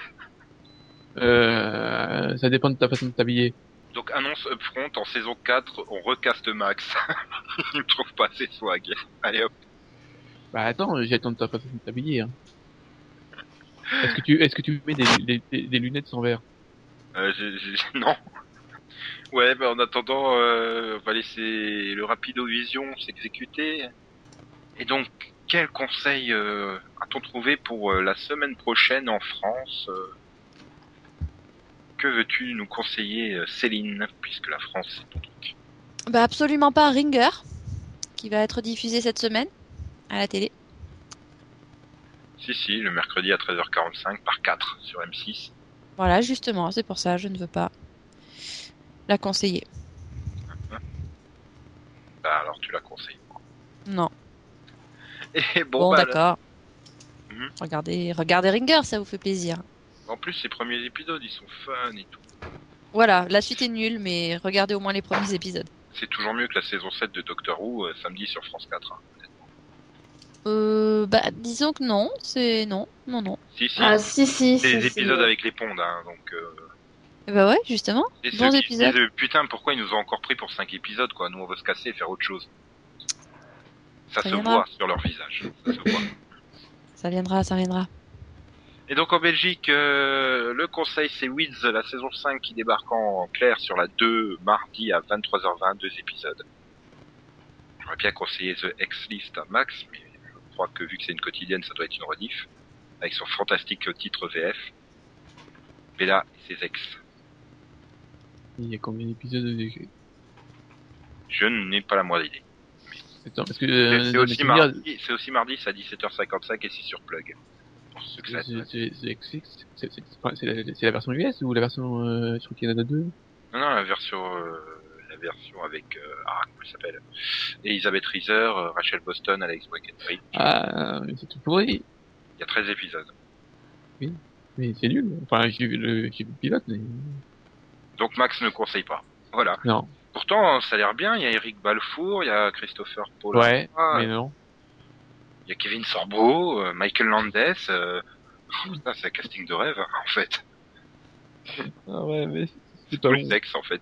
Euh, ça dépend de ta façon de t'habiller. Donc annonce upfront, en saison quatre, on recaste Max. Il me trouve pas assez swag. Allez hop. Bah attends, j'attends de ta façon de t'habiller. Hein. Est-ce que tu, est-ce que tu mets des, des, des, des lunettes sans verre? Euh, j'ai- j'ai- non. Ouais, bah en attendant, euh, on va laisser le Rapido Vision s'exécuter. Et donc, quel conseil euh, a-t-on trouvé pour euh, la semaine prochaine en France euh, Que veux-tu nous conseiller, euh, Céline, puisque la France c'est ton truc? Bah absolument pas Ringer, qui va être diffusé cette semaine à la télé. Si, si, le mercredi à treize heures quarante-cinq par quatre sur M six. Voilà, justement, c'est pour ça, je ne veux pas la conseiller. Bah alors tu la conseilles. Non. Et bon, Bon, bah, d'accord. Mhm. Regardez, regardez Ringer, ça vous fait plaisir. en plus ces premiers épisodes ils sont fun et tout. Voilà, la suite est nulle, mais regardez au moins les premiers épisodes. C'est toujours mieux que la saison sept de Doctor Who euh, samedi sur France quatre. Hein. Euh, bah, disons que non, c'est non, non, non. Si, si, Ah, si, si, c'est si. des si. épisodes avec les pondes, hein, donc... Euh... Et bah ouais, justement, Et bons ceux qui se épisodes. disent, euh, putain, pourquoi ils nous ont encore pris pour cinq épisodes, quoi. Nous, on veut se casser et faire autre chose. Ça Ça se viendra. voit sur leur visage. Ça se voit. Ça viendra, ça viendra. Et donc, en Belgique, euh, le conseil, c'est Weeds, la saison cinq qui débarque en clair sur la deux, mardi à vingt-trois heures vingt, deux épisodes. J'aurais bien conseillé The X-List à Max, mais je crois que vu que c'est une quotidienne, ça doit être une rediff. Avec son fantastique titre V F. Bella et ses ex. Il y a combien d'épisodes de... Je n'ai pas la moindre idée. Attends, parce que... C'est Euh, c'est dans aussi, mes souvenirs, mardi, c'est aussi mardi, c'est à dix-sept heures cinquante-cinq et c'est sur Plug. Pour ceux que ça c'est- intéresse. c'est- c'est X X, c'est c'est- enfin, c'est la, c'est la version U S ou la version... Euh, je crois qu'il y en a deux. Non, non, la version, euh, la version avec, euh, ah, comment elle s'appelle? Elisabeth Rieser, euh, Rachel Boston, Alex Breckenridge. Ah, mais c'est tout pourri. Il y a treize épisodes. Mais c'est nul. Enfin, j'ai vu le, j'ai vu le pilote, mais... Donc Max ne conseille pas. Voilà. Non. Pourtant, ça a l'air bien. Il y a Eric Balfour, il y a Christopher Paul. Ouais, Ah, mais non. il y a Kevin Sorbo, euh, Michael Landes. Euh... oh, putain, c'est un casting de rêve, en fait. Ah ouais, mais c'est Tout pas le bon. sexe, en fait,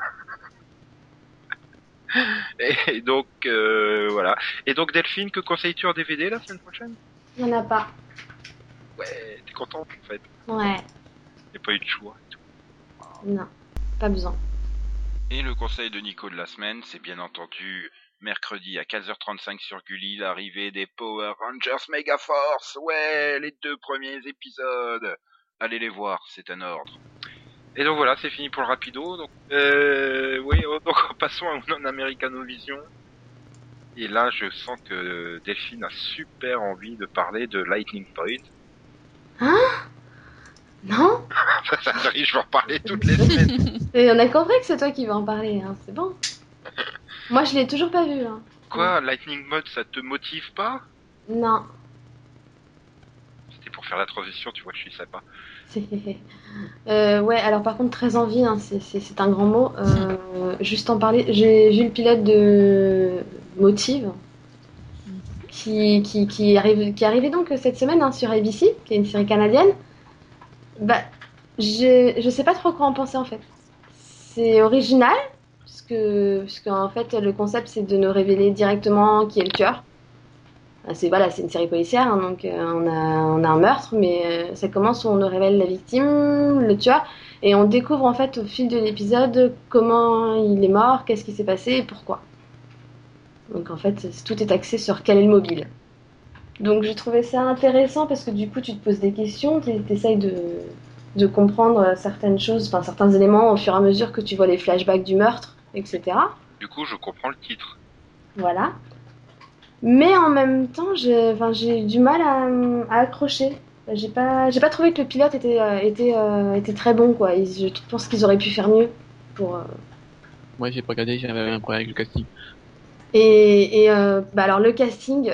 ça. Et donc, euh, voilà. Et donc, Delphine, que conseilles-tu en D V D la semaine prochaine? Il n'y en a pas. Ouais, t'es contente, en fait. Ouais, Il n'y a pas eu de choix. non, pas besoin. Et le conseil de Nico de la semaine, c'est bien entendu mercredi à quinze heures trente-cinq sur Gulli, l'arrivée des Power Rangers Mega Force. Ouais, les deux premiers épisodes. Allez les voir, c'est un ordre. Et donc voilà, c'est fini pour le rapido. Donc, euh, oui, oh, donc passons à Non Americanovision. Et là, je sens que Delphine a super envie de parler de Lightning Point. Hein? Non? Ça arrive, je vais en parler toutes les semaines. Et on a compris que c'est toi qui vas en parler, hein, c'est bon. Moi, je l'ai toujours pas vu, hein. Quoi, Lightning Mode, ça te motive pas? Non. C'était pour faire la transition, tu vois, je suis sympa. C'est... Euh, ouais, alors par contre, très envie, hein, c'est, c'est, c'est un grand mot. Euh, juste en parler, j'ai vu le pilote de Motive, qui, qui, qui, arrive, qui est arrivé donc cette semaine hein, sur A B C, qui est une série canadienne. Bah, je, je sais pas trop quoi en penser en fait. C'est original, puisque, puisque en fait le concept c'est de nous révéler directement qui est le tueur. C'est voilà, c'est une série policière, hein, donc euh, on a on a un meurtre, mais euh, ça commence où on nous révèle la victime, le tueur, et on découvre en fait au fil de l'épisode comment il est mort, qu'est-ce qui s'est passé et pourquoi. Donc en fait, tout est axé sur quel est le mobile. Donc j'ai trouvé ça intéressant parce que du coup tu te poses des questions, tu essayes de, de comprendre certaines choses, enfin certains éléments au fur et à mesure que tu vois les flashbacks du meurtre, et cetera. Du coup, je comprends le titre. Voilà. Mais en même temps, j'ai, enfin, j'ai eu du mal à, à accrocher. J'ai pas, j'ai pas trouvé que le pilote était, euh, était, euh, était très bon, quoi. Ils- je pense qu'ils auraient pu faire mieux. Pour, euh, Moi, j'ai pas regardé, j'avais un problème avec le casting. Et, et euh, bah alors le casting,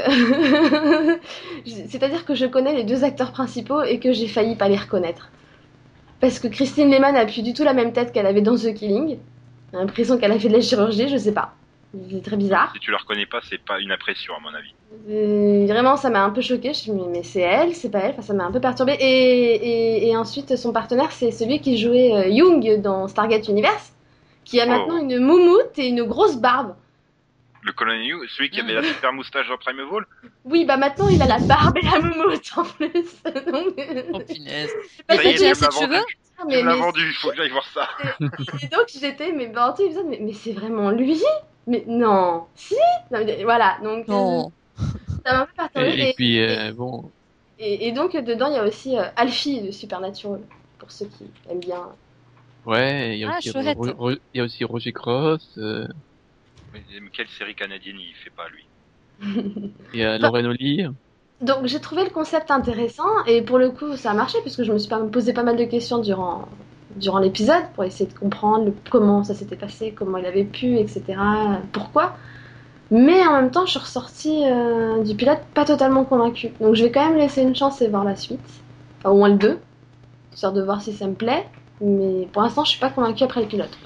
c'est-à-dire que je connais les deux acteurs principaux et que j'ai failli pas les reconnaître. Parce que Christine Lehmann a plus du tout la même tête qu'elle avait dans The Killing. J'ai l'impression qu'elle a fait de la chirurgie, je sais pas. C'est très bizarre. Si tu la reconnais pas, c'est pas une impression à mon avis. Euh, vraiment, ça m'a un peu choquée. Je me suis dit, mais c'est elle, c'est pas elle. Enfin, ça m'a un peu perturbée. Et, et, et ensuite, son partenaire, c'est celui qui jouait euh, Young dans Stargate Universe, qui a Oh. maintenant une moumoute et une grosse barbe. Le colonel Yu, celui qui avait la super moustache dans Primeval. Oui, bah maintenant, il a la barbe et la moumoute en plus. Donc, euh, Oh punaise. pas Ça y est, si tu j'ai me assez l'as de vendu. cheveux Tu mais, me l'as mais- vendu, il faut que j'aille voir ça. et donc j'étais, mais dans tout l'épisode, mais, mais c'est vraiment lui? Mais non, si? Non, mais voilà, donc euh, Non. ça m'a un peu perturbée. Et, et puis, euh, bon, Et, et donc, dedans, il y a aussi euh, Alfie de Supernatural, pour ceux qui aiment bien. ouais, il y a Ah, aussi, chouette. Ro- Ro- il y a aussi Roger Cross, euh, Mais quelle série canadienne il fait pas, lui? il y a Lauren Olly. Donc, j'ai trouvé le concept intéressant, et pour le coup, ça a marché, puisque je me suis pas- posé pas mal de questions durant, durant l'épisode, pour essayer de comprendre le- comment ça s'était passé, comment il avait pu, et cetera, pourquoi. Mais en même temps, je suis ressortie euh, du pilote pas totalement convaincue. Donc, je vais quand même laisser une chance et voir la suite. Enfin, au moins le deux, histoire de voir si ça me plaît. Mais pour l'instant, je suis pas convaincue après le pilote.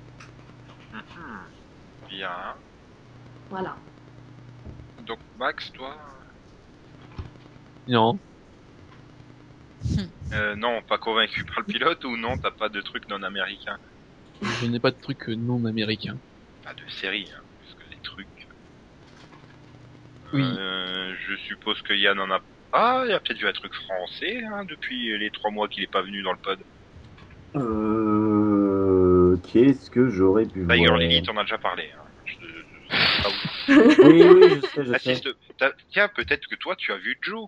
Mhm. Bien. Voilà. Donc, Max, toi? Non, Euh, non, pas convaincu par le pilote ou non, t'as pas de truc non américain? je n'ai pas de truc non américain. Pas de série, hein, parce que les trucs. Oui. Euh, je suppose que Yann en a. Ah, il y a peut-être eu un truc français, hein, depuis les trois mois qu'il est pas venu dans le pod. Euh, qu'est-ce que j'aurais pu Tiger voir? Lily, t'en as déjà parlé. Hein. Je, je- je- ah oui. Oui, oui, je sais, je sais. Assiste. t'as- Tiens, peut-être que toi, tu as vu Joe.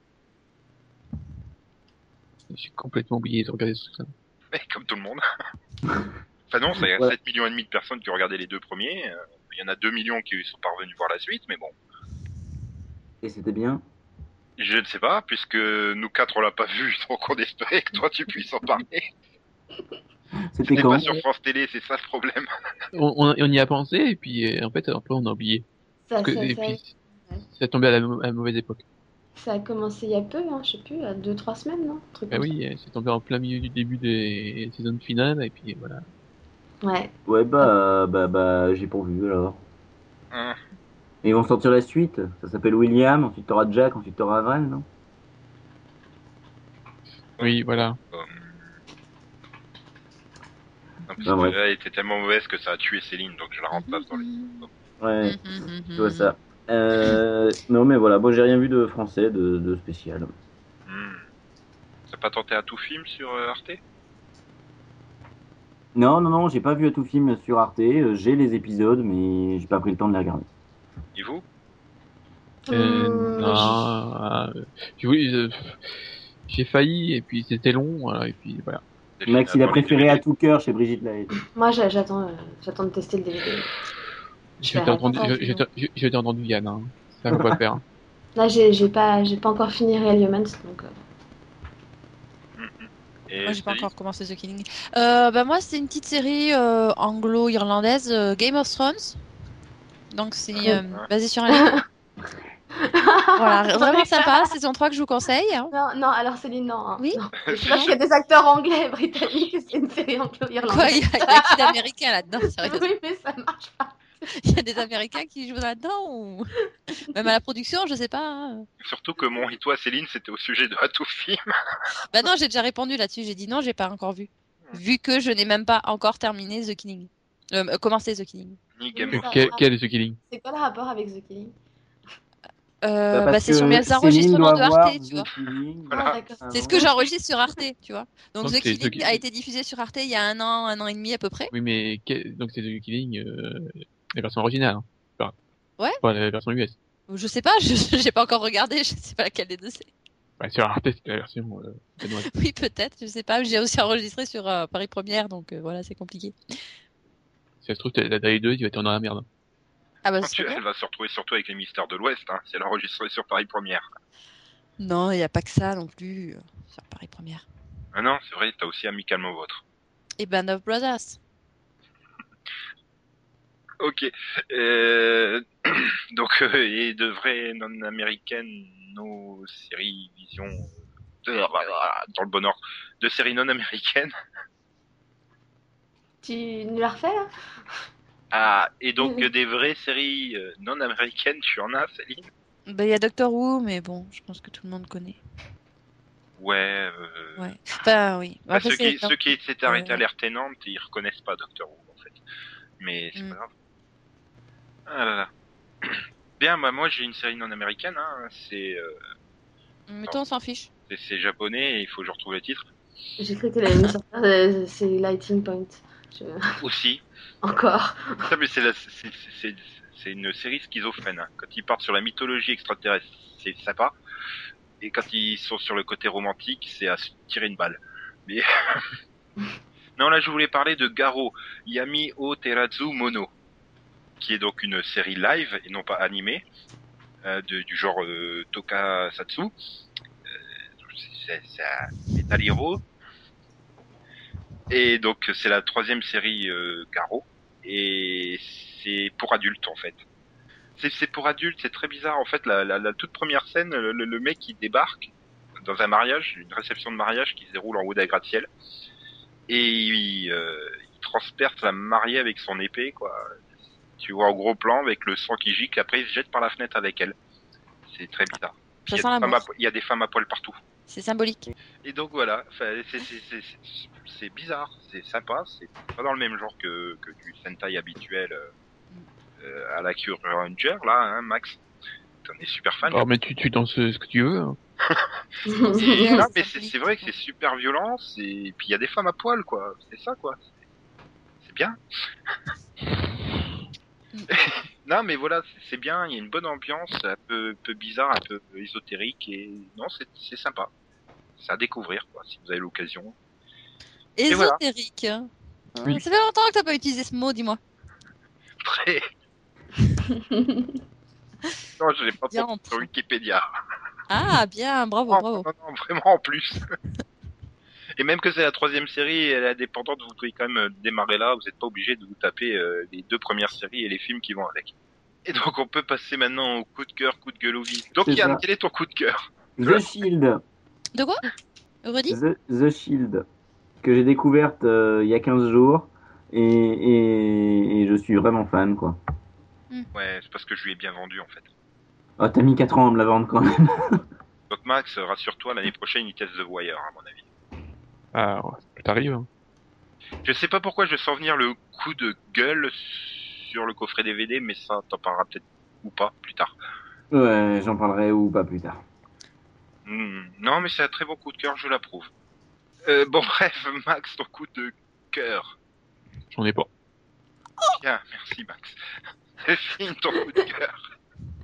J'ai complètement oublié de regarder tout ça. Mais comme tout le monde. Enfin non, ça y a Ouais. sept millions et demi de personnes qui ont regardé les deux premiers. euh, Il y en a deux millions qui sont parvenus voir la suite, mais bon. Et c'était bien. Je ne sais pas, puisque nous quatre on l'a pas vu, donc on espérait que toi tu puisses en parler. C'était C'est quand? pas sur France Télé, c'est ça le problème. On, on, on y a pensé, et puis euh, en fait, après, on a oublié. Ça, Parce que, ça, et ça- puis, ça tombait à la, mau- à la mauvaise époque. ça a commencé il y a peu, hein, je sais plus, à deux trois semaines, non? Un truc Bah comme oui, euh, c'est tombé en plein milieu du début des saisons finales, et puis voilà. ça. Ouais. Ouais, bah, bah, bah, j'ai pourvu alors. Hein. Et ils vont sortir la suite. Ça s'appelle William, ensuite t'auras Jack, ensuite t'auras Val, non? Oui, voilà. Euh, Non, parce Ah, que bref. là, elle était tellement mauvaise que ça a tué Céline, donc je la rentre pas dans les... Ouais, Mhm, tu vois ça. Euh, non, mais voilà, bon, j'ai rien vu de français, de, de spécial. Hmm. T'as pas tenté un tout film sur euh, Arte? Non, non, non, j'ai pas vu à tout film sur Arte. euh, J'ai les épisodes, mais j'ai pas pris le temps de les regarder. Et vous? Euh, Hum, non, euh, j'ai oui, euh, j'ai failli, et puis c'était long, voilà, et puis voilà. Max, il a Attends, les préféré D V D. à tout cœur chez Brigitte Lahaye. Moi, j'a- j'attends, euh, j'attends de tester le D V D. Je J'ai verrai. entendu, encore je- vu, j'ai- j'ai j'ai entendu Yann, hein. Ça faut pas le faire. Là, j'ai j'ai pas, j'ai pas encore fini Real Humans, donc. euh, Et Moi, j'ai pas Céline? encore commencé The Killing. Euh, bah, moi, c'est une petite série euh, anglo-irlandaise, euh, Game of Thrones. Donc, c'est euh, basé sur un livre. Voilà, vraiment sympa. Saison trois que je vous conseille. Hein. Non, non, alors Céline, non. hein, Oui. non. C'est parce qu'il y a des acteurs anglais et britanniques que c'est une série anglo-irlandaise. Quoi, il y, a- il y a qui d'américains là-dedans, sérieux? Oui, mais ça marche pas. Il y a des américains qui jouent là-dedans ou même à la production, je sais pas. Hein. Surtout que mon et toi, Céline, c'était au sujet de un tout film. Bah non, j'ai déjà répondu là-dessus. J'ai dit non, j'ai pas encore vu. Vu que je n'ai même pas encore terminé The Killing. Euh, commencé The Killing. Ni Game Oui, of ça- Quel, quel est ce killing? C'est quoi le rapport avec The Killing? Euh, Bah, parce bah, c'est sur que mes Céline enregistrements doit de voir Arte, tu The vois. Killing. Ah, d'accord. avant. C'est ce que j'enregistre sur Arte, tu vois. Donc Donc, The c'est The Killing Killing. a été diffusé sur Arte il y a un an, un an et demi à peu près. Oui, mais que- donc c'est The Killing, euh, la version originale. Hein. Pas, Ouais. pas la version U S. Je sais pas, je j'ai pas encore regardé, je sais pas laquelle des deux c'est. Bah, sur Arte, c'était la version euh, danoise. Oui, peut-être, je sais pas. J'ai aussi enregistré sur euh, Paris Première, donc euh, voilà, c'est compliqué. Si ça se trouve, t'as t'as les deux, tu vas être dans la merde. Ah bah, Tu- ce serait bien. Elle va se retrouver surtout avec les mystères de l'Ouest, hein, si elle a enregistré sur Paris Première. Non, il y a pas que ça non plus euh, sur Paris Première. Ah non, c'est vrai, t'as aussi Amicalement Vôtre. Et Band of Brothers. Ok. Euh... Donc, euh, et de vraies non-américaines, nos séries vision... euh, dans le bon ordre, de séries non-américaines. Tu nous la refais là? Ah, et donc euh, des vraies séries euh, non-américaines, tu en as, Céline? Bah, il y a Doctor Who, mais bon, je pense que tout le monde connaît. Ouais. Euh... Ouais. Bah oui. Bah, Après, ceux, c'est- qui, ceux qui s'étaient arrêtés Ouais. à l'Air Tenante, ils reconnaissent pas Doctor Who, en fait. Mais c'est Mm. pas grave. Ah là là. Bien, bah moi j'ai une série non-américaine, hein. C'est euh, Mais toi, on s'en fiche. c'est- c'est japonais et il faut que je retrouve le titre. J'ai cru qu'elle allait me sortir, euh, c'est Lighting Point. Je- Aussi. Encore. Ça, mais c'est la- c'est- c'est- c'est une série schizophrène. Hein. Quand ils partent sur la mythologie extraterrestre, c'est sympa. Et quand ils sont sur le côté romantique, c'est à se tirer une balle. Mais non, là je voulais parler de Garo Yami o Teratsu Mono, qui est donc une série live et non pas animée, euh, de, du genre euh, Tokusatsu. Euh, c'est c'est un Metal Hero. Et donc c'est la troisième série euh, Garo. Et c'est pour adultes en fait. C'est c'est pour adultes, c'est très bizarre. En fait, la, la, la toute première scène, le, le, le mec qui débarque dans un mariage, une réception de mariage qui se déroule en haut d'un gratte-ciel. Et il, euh, il transperce la mariée avec son épée, quoi. Tu vois en gros plan avec le sang qui gicle, après il se jette par la fenêtre avec elle. C'est très bizarre. Puis Ça il y a sent des la femmes mort. à po- il y a des femmes à poil partout. C'est symbolique. Et donc voilà, enfin, c'est c'est c'est c'est- c'est bizarre, c'est sympa, c'est pas dans le même genre que que du Sentai habituel euh, euh, à la Cure Ranger là, hein, Max. T'en es super fan. Alors, mais tu, tu danses ce que tu veux. Hein. Et- Ouais, non, c'est mais c'est symbolique. c'est vrai que c'est super violent, c'est et puis il y a des femmes à poil quoi, c'est ça quoi. C'est- C'est bien. Non mais voilà, c'est- c'est bien, il y a une bonne ambiance, un peu, peu bizarre, un peu ésotérique et non, c'est c'est sympa. C'est à découvrir quoi, si vous avez l'occasion. Et voilà. Ésotérique. hein. Oui. Ça fait longtemps que t'as pas utilisé ce mot, dis-moi. Très. Non, je l'ai pas Bien trouvé entré. sur Wikipédia. Ah, bien, bravo, Non, bravo. non, non, vraiment en plus. Et même que c'est la troisième série, elle est indépendante, vous pouvez quand même démarrer là, vous n'êtes pas obligé de vous taper euh, les deux premières séries et les films qui vont avec. Et donc on peut passer maintenant au coup de cœur, coup de gueule au vide. Donc C'est Yann, ça. quel est ton coup de cœur? The Shield. De quoi Redis The, The Shield. Que j'ai découverte euh, il y a quinze jours. Et, et, et je suis vraiment fan, quoi. Ouais, c'est parce que je lui ai bien vendu en fait. Oh, t'as mis quatre ans à me la vendre quand même. Donc Max, rassure-toi, l'année prochaine il teste The Wire à mon avis. Ah, ouais, ça t'arrive. Hein. Je sais pas pourquoi je sens venir le coup de gueule sur le coffret D V D, mais ça t'en parlera peut-être ou pas plus tard. Ouais, j'en parlerai ou pas plus tard. Hmm, non, mais c'est un très bon coup de cœur, je l'approuve. Euh, bon bref, Max, ton coup de cœur. J'en ai pas. Bien, merci Max. Film ton coup de cœur.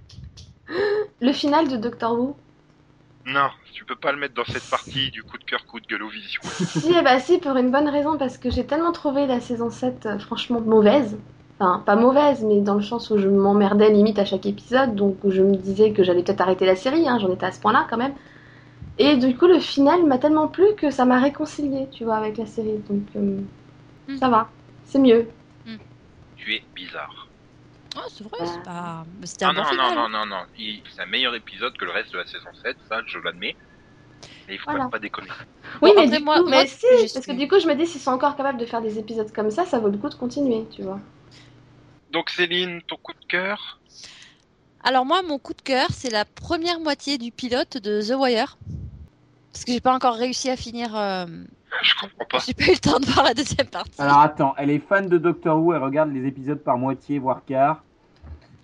Le final de Doctor Who. Non, tu peux pas le mettre dans cette partie du coup de cœur, coup de gueule au vision. Si, eh bah si, pour une bonne raison, parce que j'ai tellement trouvé la saison sept euh, franchement mauvaise. Enfin, pas mauvaise, mais dans le sens où je m'emmerdais limite à chaque épisode, donc où je me disais que j'allais peut-être arrêter la série, hein, j'en étais à ce point-là quand même. Et du coup, le final m'a tellement plu que ça m'a réconcilié, tu vois, avec la série, donc euh, Mm. ça va, c'est mieux. Tu es bizarre. Oh, c'est vrai, c'est pas. mais C'était Ah un bon non, non, final. non, non, non. Il- C'est un meilleur épisode que le reste de la saison sept, ça je l'admets. Mais il faut Voilà. même pas déconner. Oui, Bon, mais après, du moi- coup, moi, mais si, j'ai parce que su. du coup, je me dis, s'ils sont encore capables de faire des épisodes comme ça, ça vaut le coup de continuer, tu vois. Donc Céline, ton coup de cœur? Alors moi, mon coup de cœur, c'est la première moitié du pilote de The Wire. Parce que j'ai pas encore réussi à finir. euh, Je comprends pas. J'ai pas eu le temps de voir la deuxième partie. Alors attends, elle est fan de Doctor Who, elle regarde les épisodes par moitié, voire quart.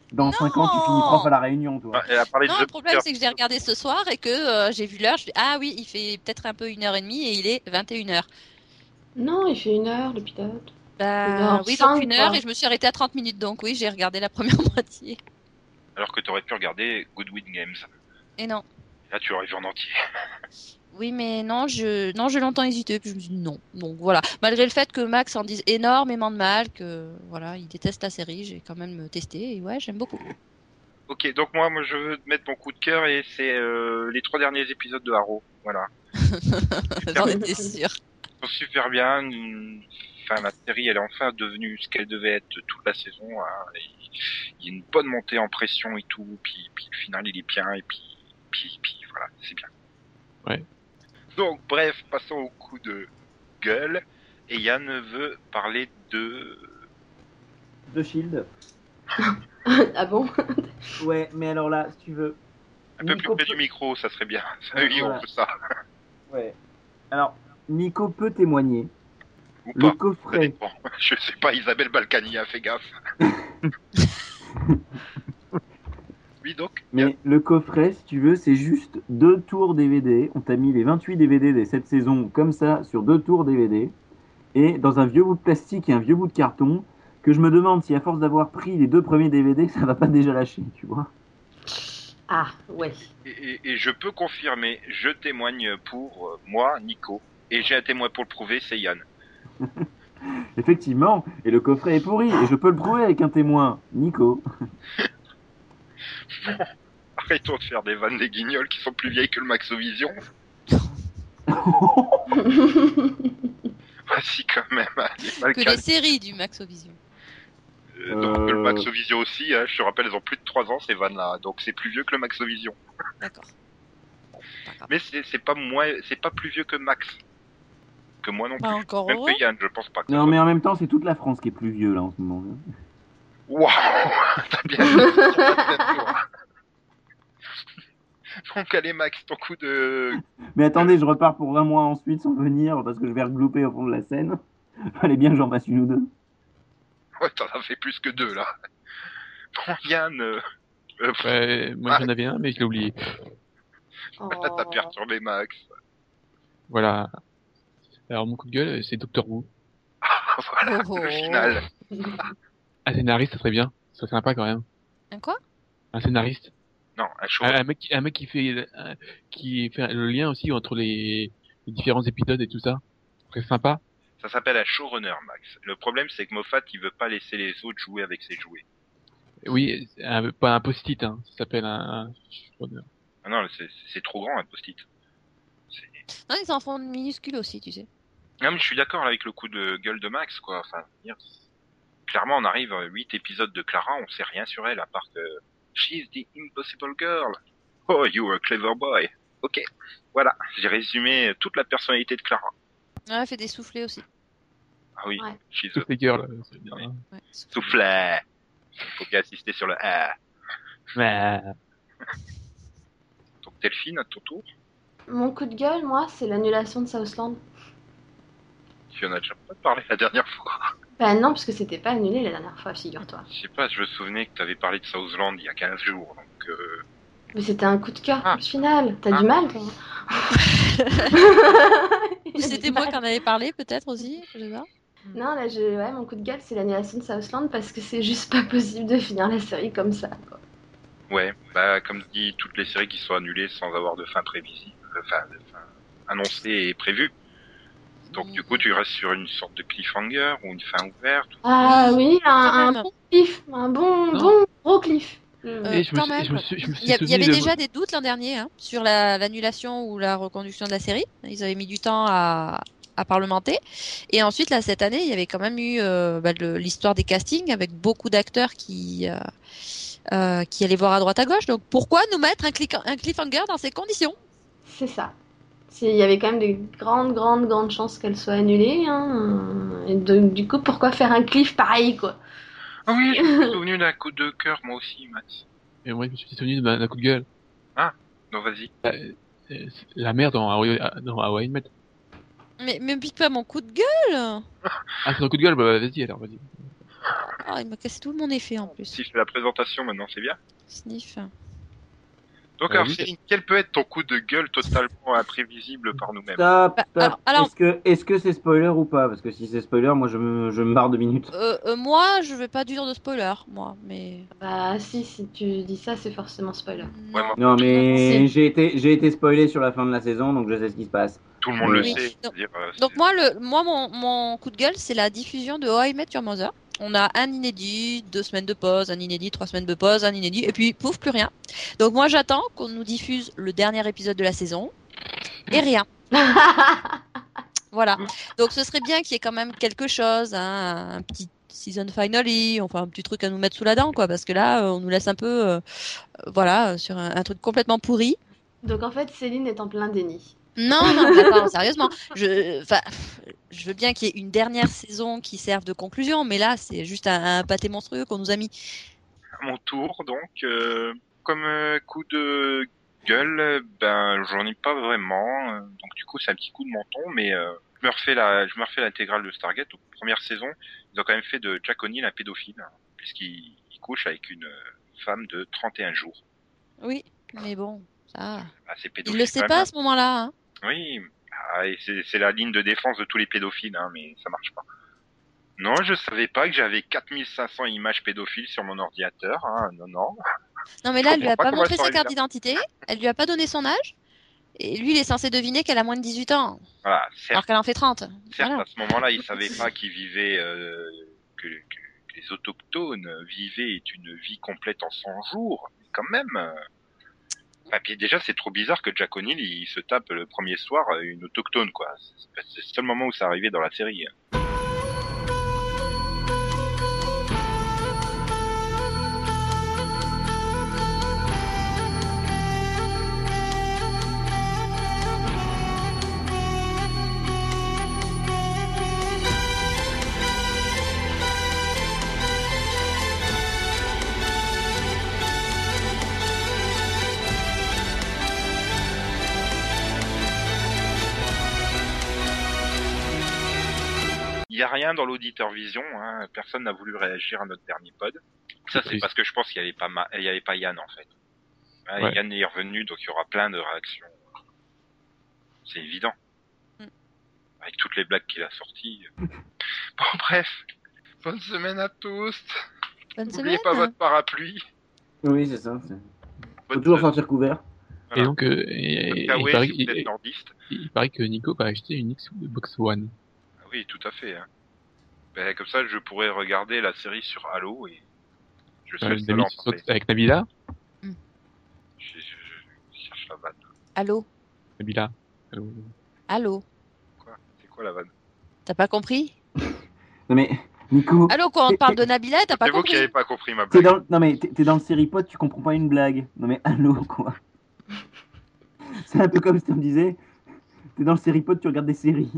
Dans cinq ans, tu finis prof à la Réunion, toi. Ah, Elle a parlé Non, de le The problème Punisher. c'est que j'ai regardé ce soir et que euh, j'ai vu l'heure. Je dis ah oui, il fait peut-être un peu une heure et demie et il est vingt et une heures. Non, il fait une heure le pilote. Bah Une heure oui, donc cinq, une heure quoi. et je me suis arrêtée à trente minutes. Donc oui, j'ai regardé la première moitié. Alors que t'aurais pu regarder Goodwin Games. Et non. Là, tu l'aurais vu en entier. Oui, mais non, je non, j'ai longtemps hésité, puis je me suis dit non. Donc voilà, malgré le fait que Max en dise énormément de mal, que voilà, il déteste la série, j'ai quand même testé et ouais, j'aime beaucoup. Ok, donc moi, moi, je veux te mettre mon coup de cœur et c'est euh, les trois derniers épisodes de Arrow. Voilà. J'en étais sûre. Ils sont super bien. Enfin, la série, elle est enfin devenue ce qu'elle devait être toute la saison. Hein. Il y a une bonne montée en pression et tout. Puis, puis le final, il est bien. Et puis, puis, puis voilà, c'est bien. Ouais. Donc, bref, passons au coup de gueule. Et Yann veut parler de... The Shield. Ah bon? Ouais, mais alors là, si tu veux. Un peu Nico plus près peut- du micro, ça serait bien. Ouais, Oui, voilà. on veut ça. Ouais. Alors, Nico peut témoigner. Ou Le pas. Ça coffret. dépend. Je sais pas, Isabelle Balkany a fait gaffe. Oui, donc. Mais le coffret, si tu veux, c'est juste deux tours D V D. On t'a mis les vingt-huit D V D des sept saisons comme ça sur deux tours D V D. Et dans un vieux bout de plastique et un vieux bout de carton, que je me demande si à force d'avoir pris les deux premiers D V D, ça va pas déjà lâcher, tu vois. Ah, ouais. Et, et, et je peux confirmer, je témoigne pour euh, moi, Nico. Et j'ai un témoin pour le prouver, c'est Yann. Effectivement, et le coffret est pourri, et je peux le prouver avec un témoin, Nico. Arrêtons de faire des vannes des guignols qui sont plus vieilles que le Maxovision. Voici quand même. Hein, les Que Balkany. les séries du Maxovision. Euh, donc Euh. le Maxovision aussi, hein, je te rappelle, elles ont plus de trois ans ces vannes-là. Donc c'est plus vieux que le Maxovision. D'accord. Bon, pas grave. Mais c'est c'est pas moins, c'est pas plus vieux que Max. Que moi non Pas plus. encore Même heureux. que Yann, je pense pas. Que Non, ça mais soit- en même temps, c'est toute la France qui est plus vieux là en ce moment. Waouh. T'as bien dit. Donc allez Max, ton coup de... Mais attendez, je repars pour vingt mois ensuite sans venir parce que je vais reglouper au fond de la scène. Fallait bien que j'en fasse une ou deux. Ouais, t'en as fait plus que deux là. Bon Yann, euh... euh, pff, Ouais, moi j'en avais un, mais je l'ai oublié. Oh. là t'as perturbé Max. Voilà. Alors mon coup de gueule, c'est Doctor Who. Voilà, Oh, oh. le final. Un scénariste, ça serait bien. Ça serait sympa quand même. Un quoi? Un scénariste. Non, un show. Un, un mec, qui- un mec qui fait, un- qui fait le lien aussi entre les, les différents épisodes et tout ça. Ça serait sympa. Ça s'appelle un showrunner, Max. Le problème, c'est que Moffat, il veut pas laisser les autres jouer avec ses jouets. Oui, un- pas un post-it, hein. Ça s'appelle un, un- Ah non, c'est c'est trop grand, un post-it. C'est- Non, ils en font une minuscule aussi, tu sais. Non, mais je suis d'accord avec le coup de gueule de Max, quoi. Enfin, dire, clairement, on arrive à huit épisodes de Clara, on sait rien sur elle, à part que she's the impossible girl. Oh, you're a clever boy. Ok, voilà, j'ai résumé toute la personnalité de Clara. Ouais, elle fait des soufflets aussi. Ah oui, Ouais. she's a Toutes les girls, c'est bien. hein. Ouais, soufflets. soufflet. Faut bien insister sur le A. Ouais. Donc Delphine, à ton tour. Mon coup de gueule, moi, c'est l'annulation de Southland. Tu en as déjà pas parlé la dernière fois. Bah non, parce que c'était pas annulé la dernière fois, figure-toi. Je sais pas, je me souvenais que tu avais parlé de Southland il y a quinze jours, donc euh... Mais c'était un coup de cœur Ah. pour le final. T'as Ah. du mal, toi. Ou c'était moi qui en avais parlé, peut-être aussi, je sais pas. Non, là, je... ouais, mon coup de gueule, c'est l'annulation de Southland parce que c'est juste pas possible de finir la série comme ça, quoi. ouais, bah comme dit, toutes les séries qui sont annulées sans avoir de fin prévisible, enfin de fin annoncée et prévue. Donc du coup, tu restes sur une sorte de cliffhanger ou une fin ouverte. Ah oui, un, un même. bon cliff, un bon, Non. bon gros cliff. Euh, Et je me quand suis- même. je me suis- je me suis Il y, a- il y souvenu avait de- déjà des doutes l'an dernier hein, sur la- l'annulation ou la reconduction de la série. Ils avaient mis du temps à, à parlementer. Et ensuite, là, cette année, il y avait quand même eu euh, bah, le- l'histoire des castings avec beaucoup d'acteurs qui, euh, euh, qui allaient voir à droite à gauche. Donc, pourquoi nous mettre un, click- un cliffhanger dans ces conditions? C'est ça. C'est- Il y avait quand même de grandes, grandes, grandes chances qu'elle soit annulée. Hein. Et donc, du coup, pourquoi faire un cliff pareil, quoi? Ah oui, je me suis souvenu d'un coup de cœur moi aussi, Max. Et moi, je me suis souvenu d'un d'un coup de gueule. Donc vas-y. Euh, euh, La mère dans Hawaii dans Hawaii Met. Mais me pique pas mon coup de gueule. Ah, c'est un coup de gueule, bah vas-y alors, vas-y. Ah, il m'a cassé tout mon effet en plus. Si je fais la présentation maintenant, c'est bien. Sniff. Donc, Euh, alors, oui, Céline, quel peut être ton coup de gueule totalement imprévisible par nous-mêmes? Stop, Bah, stop. alors- alors- Est-ce que est-ce que c'est spoiler ou pas? Parce que si c'est spoiler, moi je me, je me barre deux minutes. Euh, euh, moi, je vais pas dire de spoiler, moi, mais. Bah si, si tu dis ça, c'est forcément spoiler. Ouais, Non. moi, Non, mais C'est- j'ai été, j'ai été spoilé sur la fin de la saison, donc je sais ce qui se passe. tout le monde Mais- le Oui. sait. Donc- c'est-à-dire, euh, Donc c'est- moi, le, moi mon, mon coup de gueule, c'est la diffusion de How I Met Your Mother. On a un inédit, deux semaines de pause, un inédit, trois semaines de pause, un inédit, et puis pouf, plus rien. Donc moi, j'attends qu'on nous diffuse le dernier épisode de la saison, et rien. Voilà. Donc ce serait bien qu'il y ait quand même quelque chose, hein, un petit season finale, enfin un petit truc à nous mettre sous la dent, quoi, parce que là, euh, on nous laisse un peu, euh, euh, voilà, sur un, un truc complètement pourri. Donc en fait, Céline est en plein déni. Non, non, mais attends, sérieusement. Je, enfin, je veux bien qu'il y ait une dernière saison qui serve de conclusion, mais là, c'est juste un, un pâté monstrueux qu'on nous a mis. à mon tour, donc, euh, comme euh, coup de gueule, euh, ben, j'en ai pas vraiment. euh, Donc, du coup, c'est un petit coup de menton, mais euh, je me refais la, je me refais l'intégrale de Stargate. Donc, première saison, ils ont quand même fait de Jack O'Neill un pédophile, hein, puisqu'il il couche avec une euh, femme de trente et un jours. Oui, mais bon, ça. Ah, c'est Il pédophile. le sait quand pas même, à ce moment-là. Hein. hein. Oui, ah, et c'est c'est la ligne de défense de tous les pédophiles, hein, mais ça marche pas. Non, je savais pas que j'avais quatre mille cinq cents images pédophiles sur mon ordinateur. Hein. Non, non. Non, mais Je là, elle lui comprends a pas pas comment montré elle sa saurait carte le d'identité, elle lui a pas donné son âge, et lui, il est censé deviner qu'elle a moins de dix-huit ans, Voilà, certes. alors qu'elle en fait trente. Certes, Voilà. à ce moment-là, ils savaient pas qu'ils vivaient, euh, que, que- que les autochtones vivaient une vie complète en cent jours, mais quand même. euh. Enfin, puis déjà, c'est trop bizarre que Jack O'Neill, il se tape le premier soir euh, une autochtone, quoi. C'est c'est le seul moment où ça arrivait dans la série. Il y a rien dans l'auditeur vision, hein. Personne n'a voulu réagir à notre dernier pod. Ça, c'est triste. parce que je pense qu'il y avait pas ma... il y avait pas Yann, en fait. Hein, Ouais. Yann est revenu, donc il y aura plein de réactions. C'est évident. Mm. Avec toutes les blagues qu'il a sorties. Bon, bref. Bonne semaine à tous. Bonne N'oubliez semaine. pas votre parapluie. Oui, c'est ça. c'est- Faut Votre toujours sortir couvert. Voilà. Et donc, euh, et- et- il, Kawaii, paraît, si vous êtes il- nordiste. il paraît que Nico va acheter une Xbox One. Ah oui, tout à fait. Hein. Ben, comme ça, je pourrais regarder la série sur Halo et je suis Euh, le seul à en Nabil- parler. avec Nabila. Je, je- je cherche la vanne. Allô, Nabila. Euh, allô. Quoi? C'est quoi la vanne? T'as pas compris? Non mais Nico, Allô, quand on te t'es- parle t'es- de Nabila, t'as pas C'est vous qui compris? n'avez pas compris ma t'es blague. dans, non mais t'es t'es dans le série pod, tu comprends pas une blague. Non mais allô quoi. C'est un peu comme si on me disait, t'es dans le série pod, tu regardes des séries.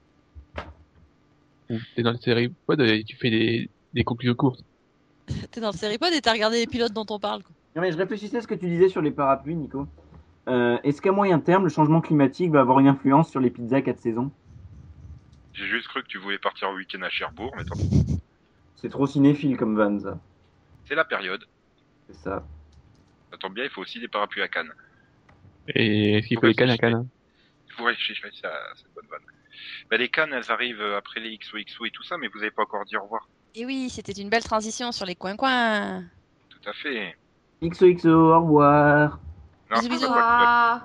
ou t'es dans le série pod et tu fais des, des conclusions courtes. T'es dans le Seripod et t'as regardé les pilotes dont on parle. Quoi. Non mais je réfléchissais à ce que tu disais sur les parapluies, Nico. Euh, Est-ce qu'à moyen terme, le changement climatique va avoir une influence sur les pizzas quatre saisons? J'ai juste cru que tu voulais partir au week-end à Cherbourg, mais tant C'est trop cinéphile comme van, ça. c'est la période. C'est ça. Ça tombe bien, il faut aussi des parapluies à Cannes. Et est-ce qu'il faut Ouais, les cannes à c'est- cannes? Ouais, je sais, ça, c'est une bonne vanne. Ben, les Cannes, elles arrivent après les X O X O et tout ça, mais vous avez pas encore dit au revoir. Et oui, c'était une belle transition sur les coins-coins. Tout à fait. X O X O, au revoir. Non, Bisous, c'est bisous. pas quoi, Ah,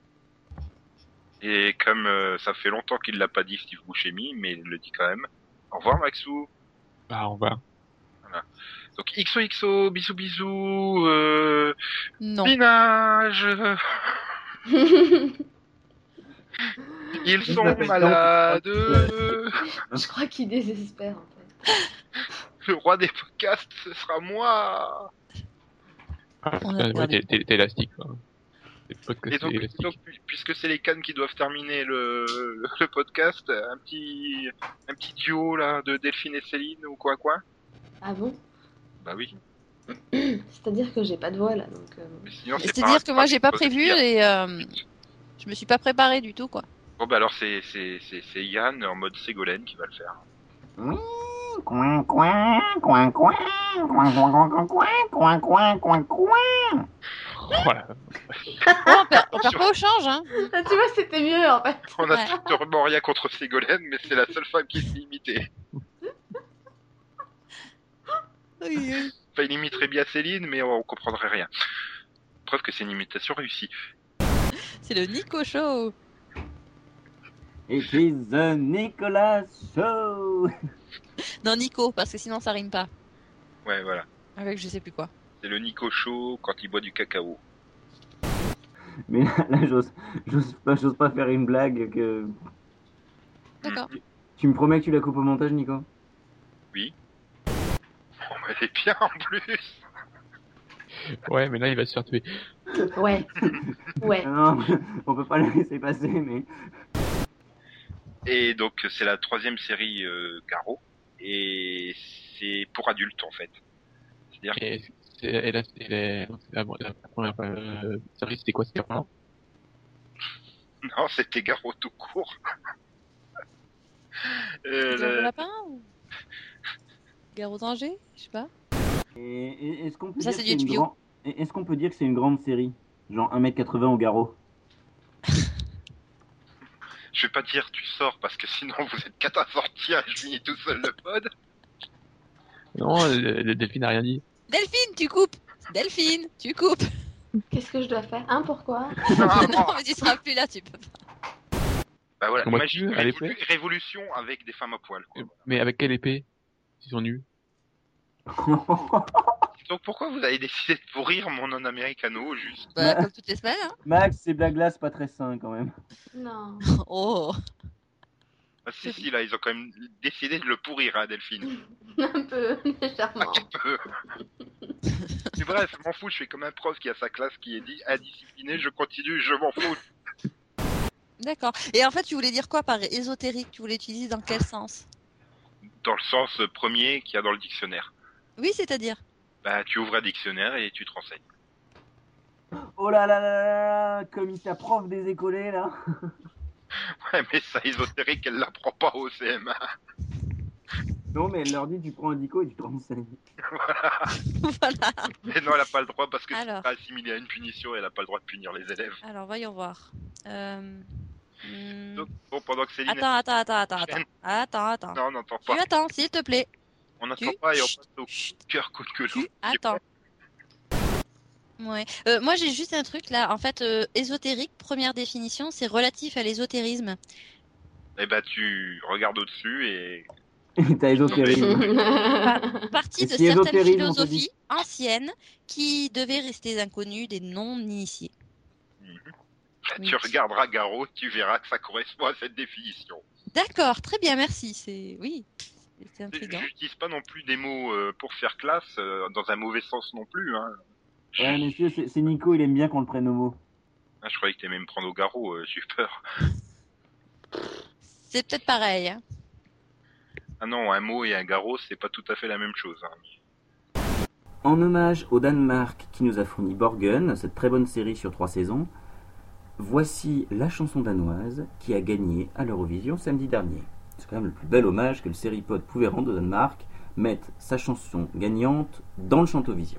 Et comme euh, ça fait longtemps qu'il l'a pas dit, Steve Buscemi, mais il le dit quand même. Au revoir, Maxou. Bah, on va. Donc X O X O, bisous bisous, euh, Non. binage. Ils sont m'appelle malades. je crois qu'il désespère en fait. Le roi des podcasts, ce sera moi. Ah, On a ouais, perdu. t'es, t'es, t'es élastique, quoi. C'est pas que Et c'est donc, élastique. donc, pu- puisque c'est les Cannes qui doivent terminer le, le, le podcast, un petit, un petit duo là de Delphine et Céline ou quoi quoi. Ah bon? Bah oui. C'est-à-dire que j'ai pas de voix là, donc. euh, Mais sinon, c'est C'est-à-dire pas- que moi, pas- j'ai pas pas prévu dire. et euh, je me suis pas préparé du tout, quoi. Bon bah alors c'est c'est c'est c'est Yann en mode Ségolène qui va le faire. Oui. Coin, coin, coin, coin, coin, coin, coin, coin, coin, coin, coin. Voilà. Oh, on perd, on perd pas au change, hein. Ah, tu vois, c'était mieux en fait. On a Ouais. strictement rien contre Ségolène, mais c'est la seule femme qui s'est imitée. Oui, oui. Enfin, il imiterait bien Céline, mais on comprendrait rien. Preuve que c'est une imitation réussie. C'est le Nico Show. It is the Nicolas Show. Non, Nico, parce que sinon ça rime pas. Ouais, voilà. Avec je sais plus quoi. C'est le Nico Show quand il boit du cacao. Mais là, là, j'ose, j'ose pas, j'ose pas faire une blague que... D'accord. Tu me promets que tu la coupes au montage, Nico? Oui. Oh, mais elle est bien en plus. Ouais, mais là, il va se faire tuer. Ouais. Ouais. Ah non, on peut pas la laisser passer, mais... Et donc, c'est la troisième série euh, Garou. Et c'est pour adultes, en fait. C'est-à-dire que Et, c'est- et là, c'est la, la, la première euh, série, c'était quoi? C'était vraiment non, c'était Garou tout court. Euh, Gare au le- lapin ou Gare aux Angers? Je sais pas. Et, et- est-ce qu'on peut Ça, dire c'est que c'est du une H B O. grand... et- Est-ce qu'on peut dire que c'est une grande série? Genre un mètre quatre-vingts au garrot? Je vais pas dire tu sors parce que sinon vous êtes quatre à sortir et je finis tout seul le pod. Non, euh, le Delphine n'a rien dit. Delphine, tu coupes. Delphine, tu coupes. Qu'est-ce que je dois faire? Hein, pourquoi? non, mais tu seras plus là, tu peux pas. Bah voilà, Comment imagine tu veux, à révolu- l'épée révolution avec des femmes à poil. Quoi. Mais avec quelle épée? Ils sont nus. Donc pourquoi vous avez décidé de pourrir mon non-américano juste? Bah, Bah. comme toutes les semaines, hein. Max, ces blagues-là, c'est pas très sain quand même. Non. Oh. Ah, si si là ils ont quand même décidé de le pourrir hein Delphine. Un peu, Un légèrement. petit peu. Mais bref, je m'en fous, je fais comme un prof qui a sa classe qui est dit indiscipliné, je continue, je m'en fous. D'accord. Et en fait, tu voulais dire quoi par ésotérique? Tu voulais utiliser dans quel sens? Dans le sens premier qu'il y a dans le dictionnaire. Oui, c'est-à-dire? Bah tu ouvres un dictionnaire et tu te renseignes. Oh là là là là là, comme il t'a prof des écolés là. Ouais mais ça ésotérique elle l'apprend pas au C M A. Non mais elle leur dit tu prends un dico et tu te renseignes. Voilà. Mais non elle a pas le droit parce que c'est Alors. pas assimilé à une punition et elle a pas le droit de punir les élèves. Alors, voyons voir. Euh... hmm. Donc bon pendant que Céline... Attends, attends, attends, attends, Chaîne. attends. Attends, attends. Non on n'entend Tu pas. attends, s'il te plaît. On n'entend Tu... pas et on Chut, passe au chut, cœur coup de gueule. tu attends. Ouais. Euh, moi, j'ai juste un truc là. En fait, euh, ésotérique, première définition, c'est relatif à l'ésotérisme. Et bah tu regardes au-dessus et... Et t'as ésotérisme. Partie Et de si certaines ésotérisme, on te dit. philosophies anciennes qui devaient rester inconnues des non-initiés. Mhm. Oui. Tu regarderas Garot, tu verras que ça correspond à cette définition. D'accord, très bien, merci. C'est oui, c'est intriguant. J'utilise pas non plus des mots euh, pour faire classe euh, dans un mauvais sens non plus. Hein. Ouais messieurs, c'est c'est Nico, il aime bien qu'on le prenne au mot. Ah, je croyais que t'aimais me prendre au garrot, euh, j'ai eu peur. C'est peut-être pareil. Hein. Ah non, un mot et un garrot, c'est pas tout à fait la même chose. Hein. En hommage au Danemark qui nous a fourni Borgen, cette très bonne série sur trois saisons, voici la chanson danoise qui a gagné à l'Eurovision samedi dernier. C'est quand même le plus bel hommage que le Seripod pouvait rendre au Danemark, mettre sa chanson gagnante dans le Chantovision.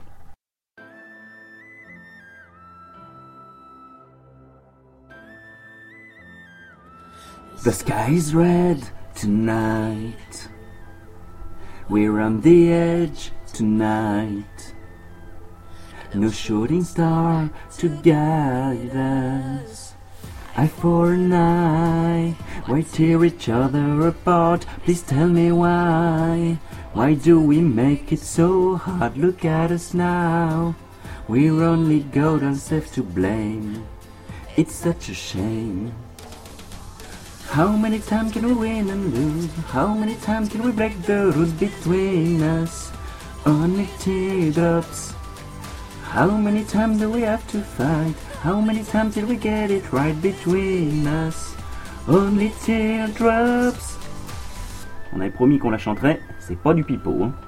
The sky is red tonight. We're on the edge tonight. No shooting star to guide us. Eye for an eye. Why tear each other apart? Please tell me why. Why do we make it so hard? Look at us now. We're only got ourselves to blame. It's such a shame. How many times can we win and lose? How many times can we break the rules between us? Only teardrops. How many times do we have to fight? How many times did we get it right between us? Only teardrops. On avait promis qu'on la chanterait, c'est pas du pipeau, hein.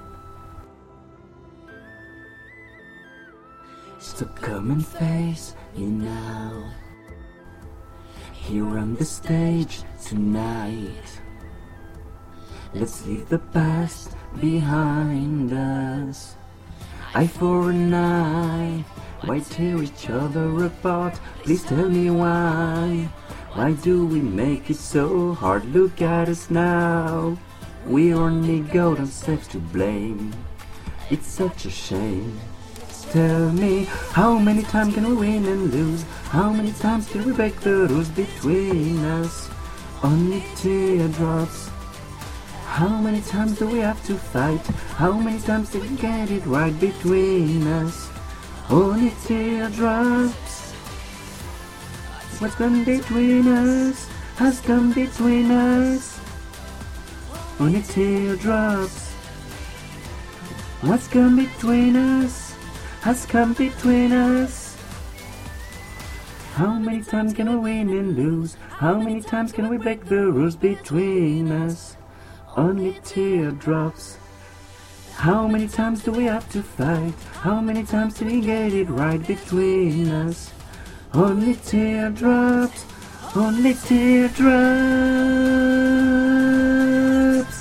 So come and face me now. Here on the stage tonight. Let's leave the past behind us. Eye for an eye, why tear each other apart? Please tell me why. Why do we make it so hard? Look at us now. We only got ourselves to blame. It's such a shame. Tell me, how many times can we win and lose? How many times till we break the rules between us? Only teardrops. How many times do we have to fight? How many times till we get it right between us? Only teardrops. What's come between us has come between us. Only teardrops. What's come between us has come between us. How many times can we win and lose? How many times can we break the rules between us? Only teardrops. How many times do we have to fight? How many times till we get it right between us? Only teardrops. Only teardrops.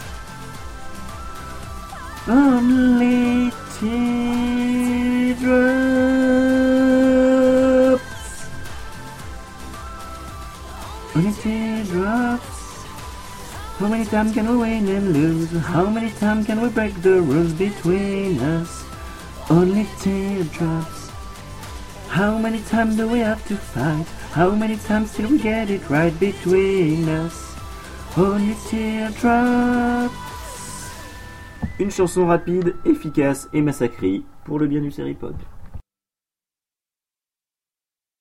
Only teardrops. Only teardrops. How many times can we win and lose? How many times can we break the rules between us? Only teardrops. How many times do we have to fight? How many times till we get it right between us? Only teardrops. Une chanson rapide, efficace et massacrée pour le bien du Seripod.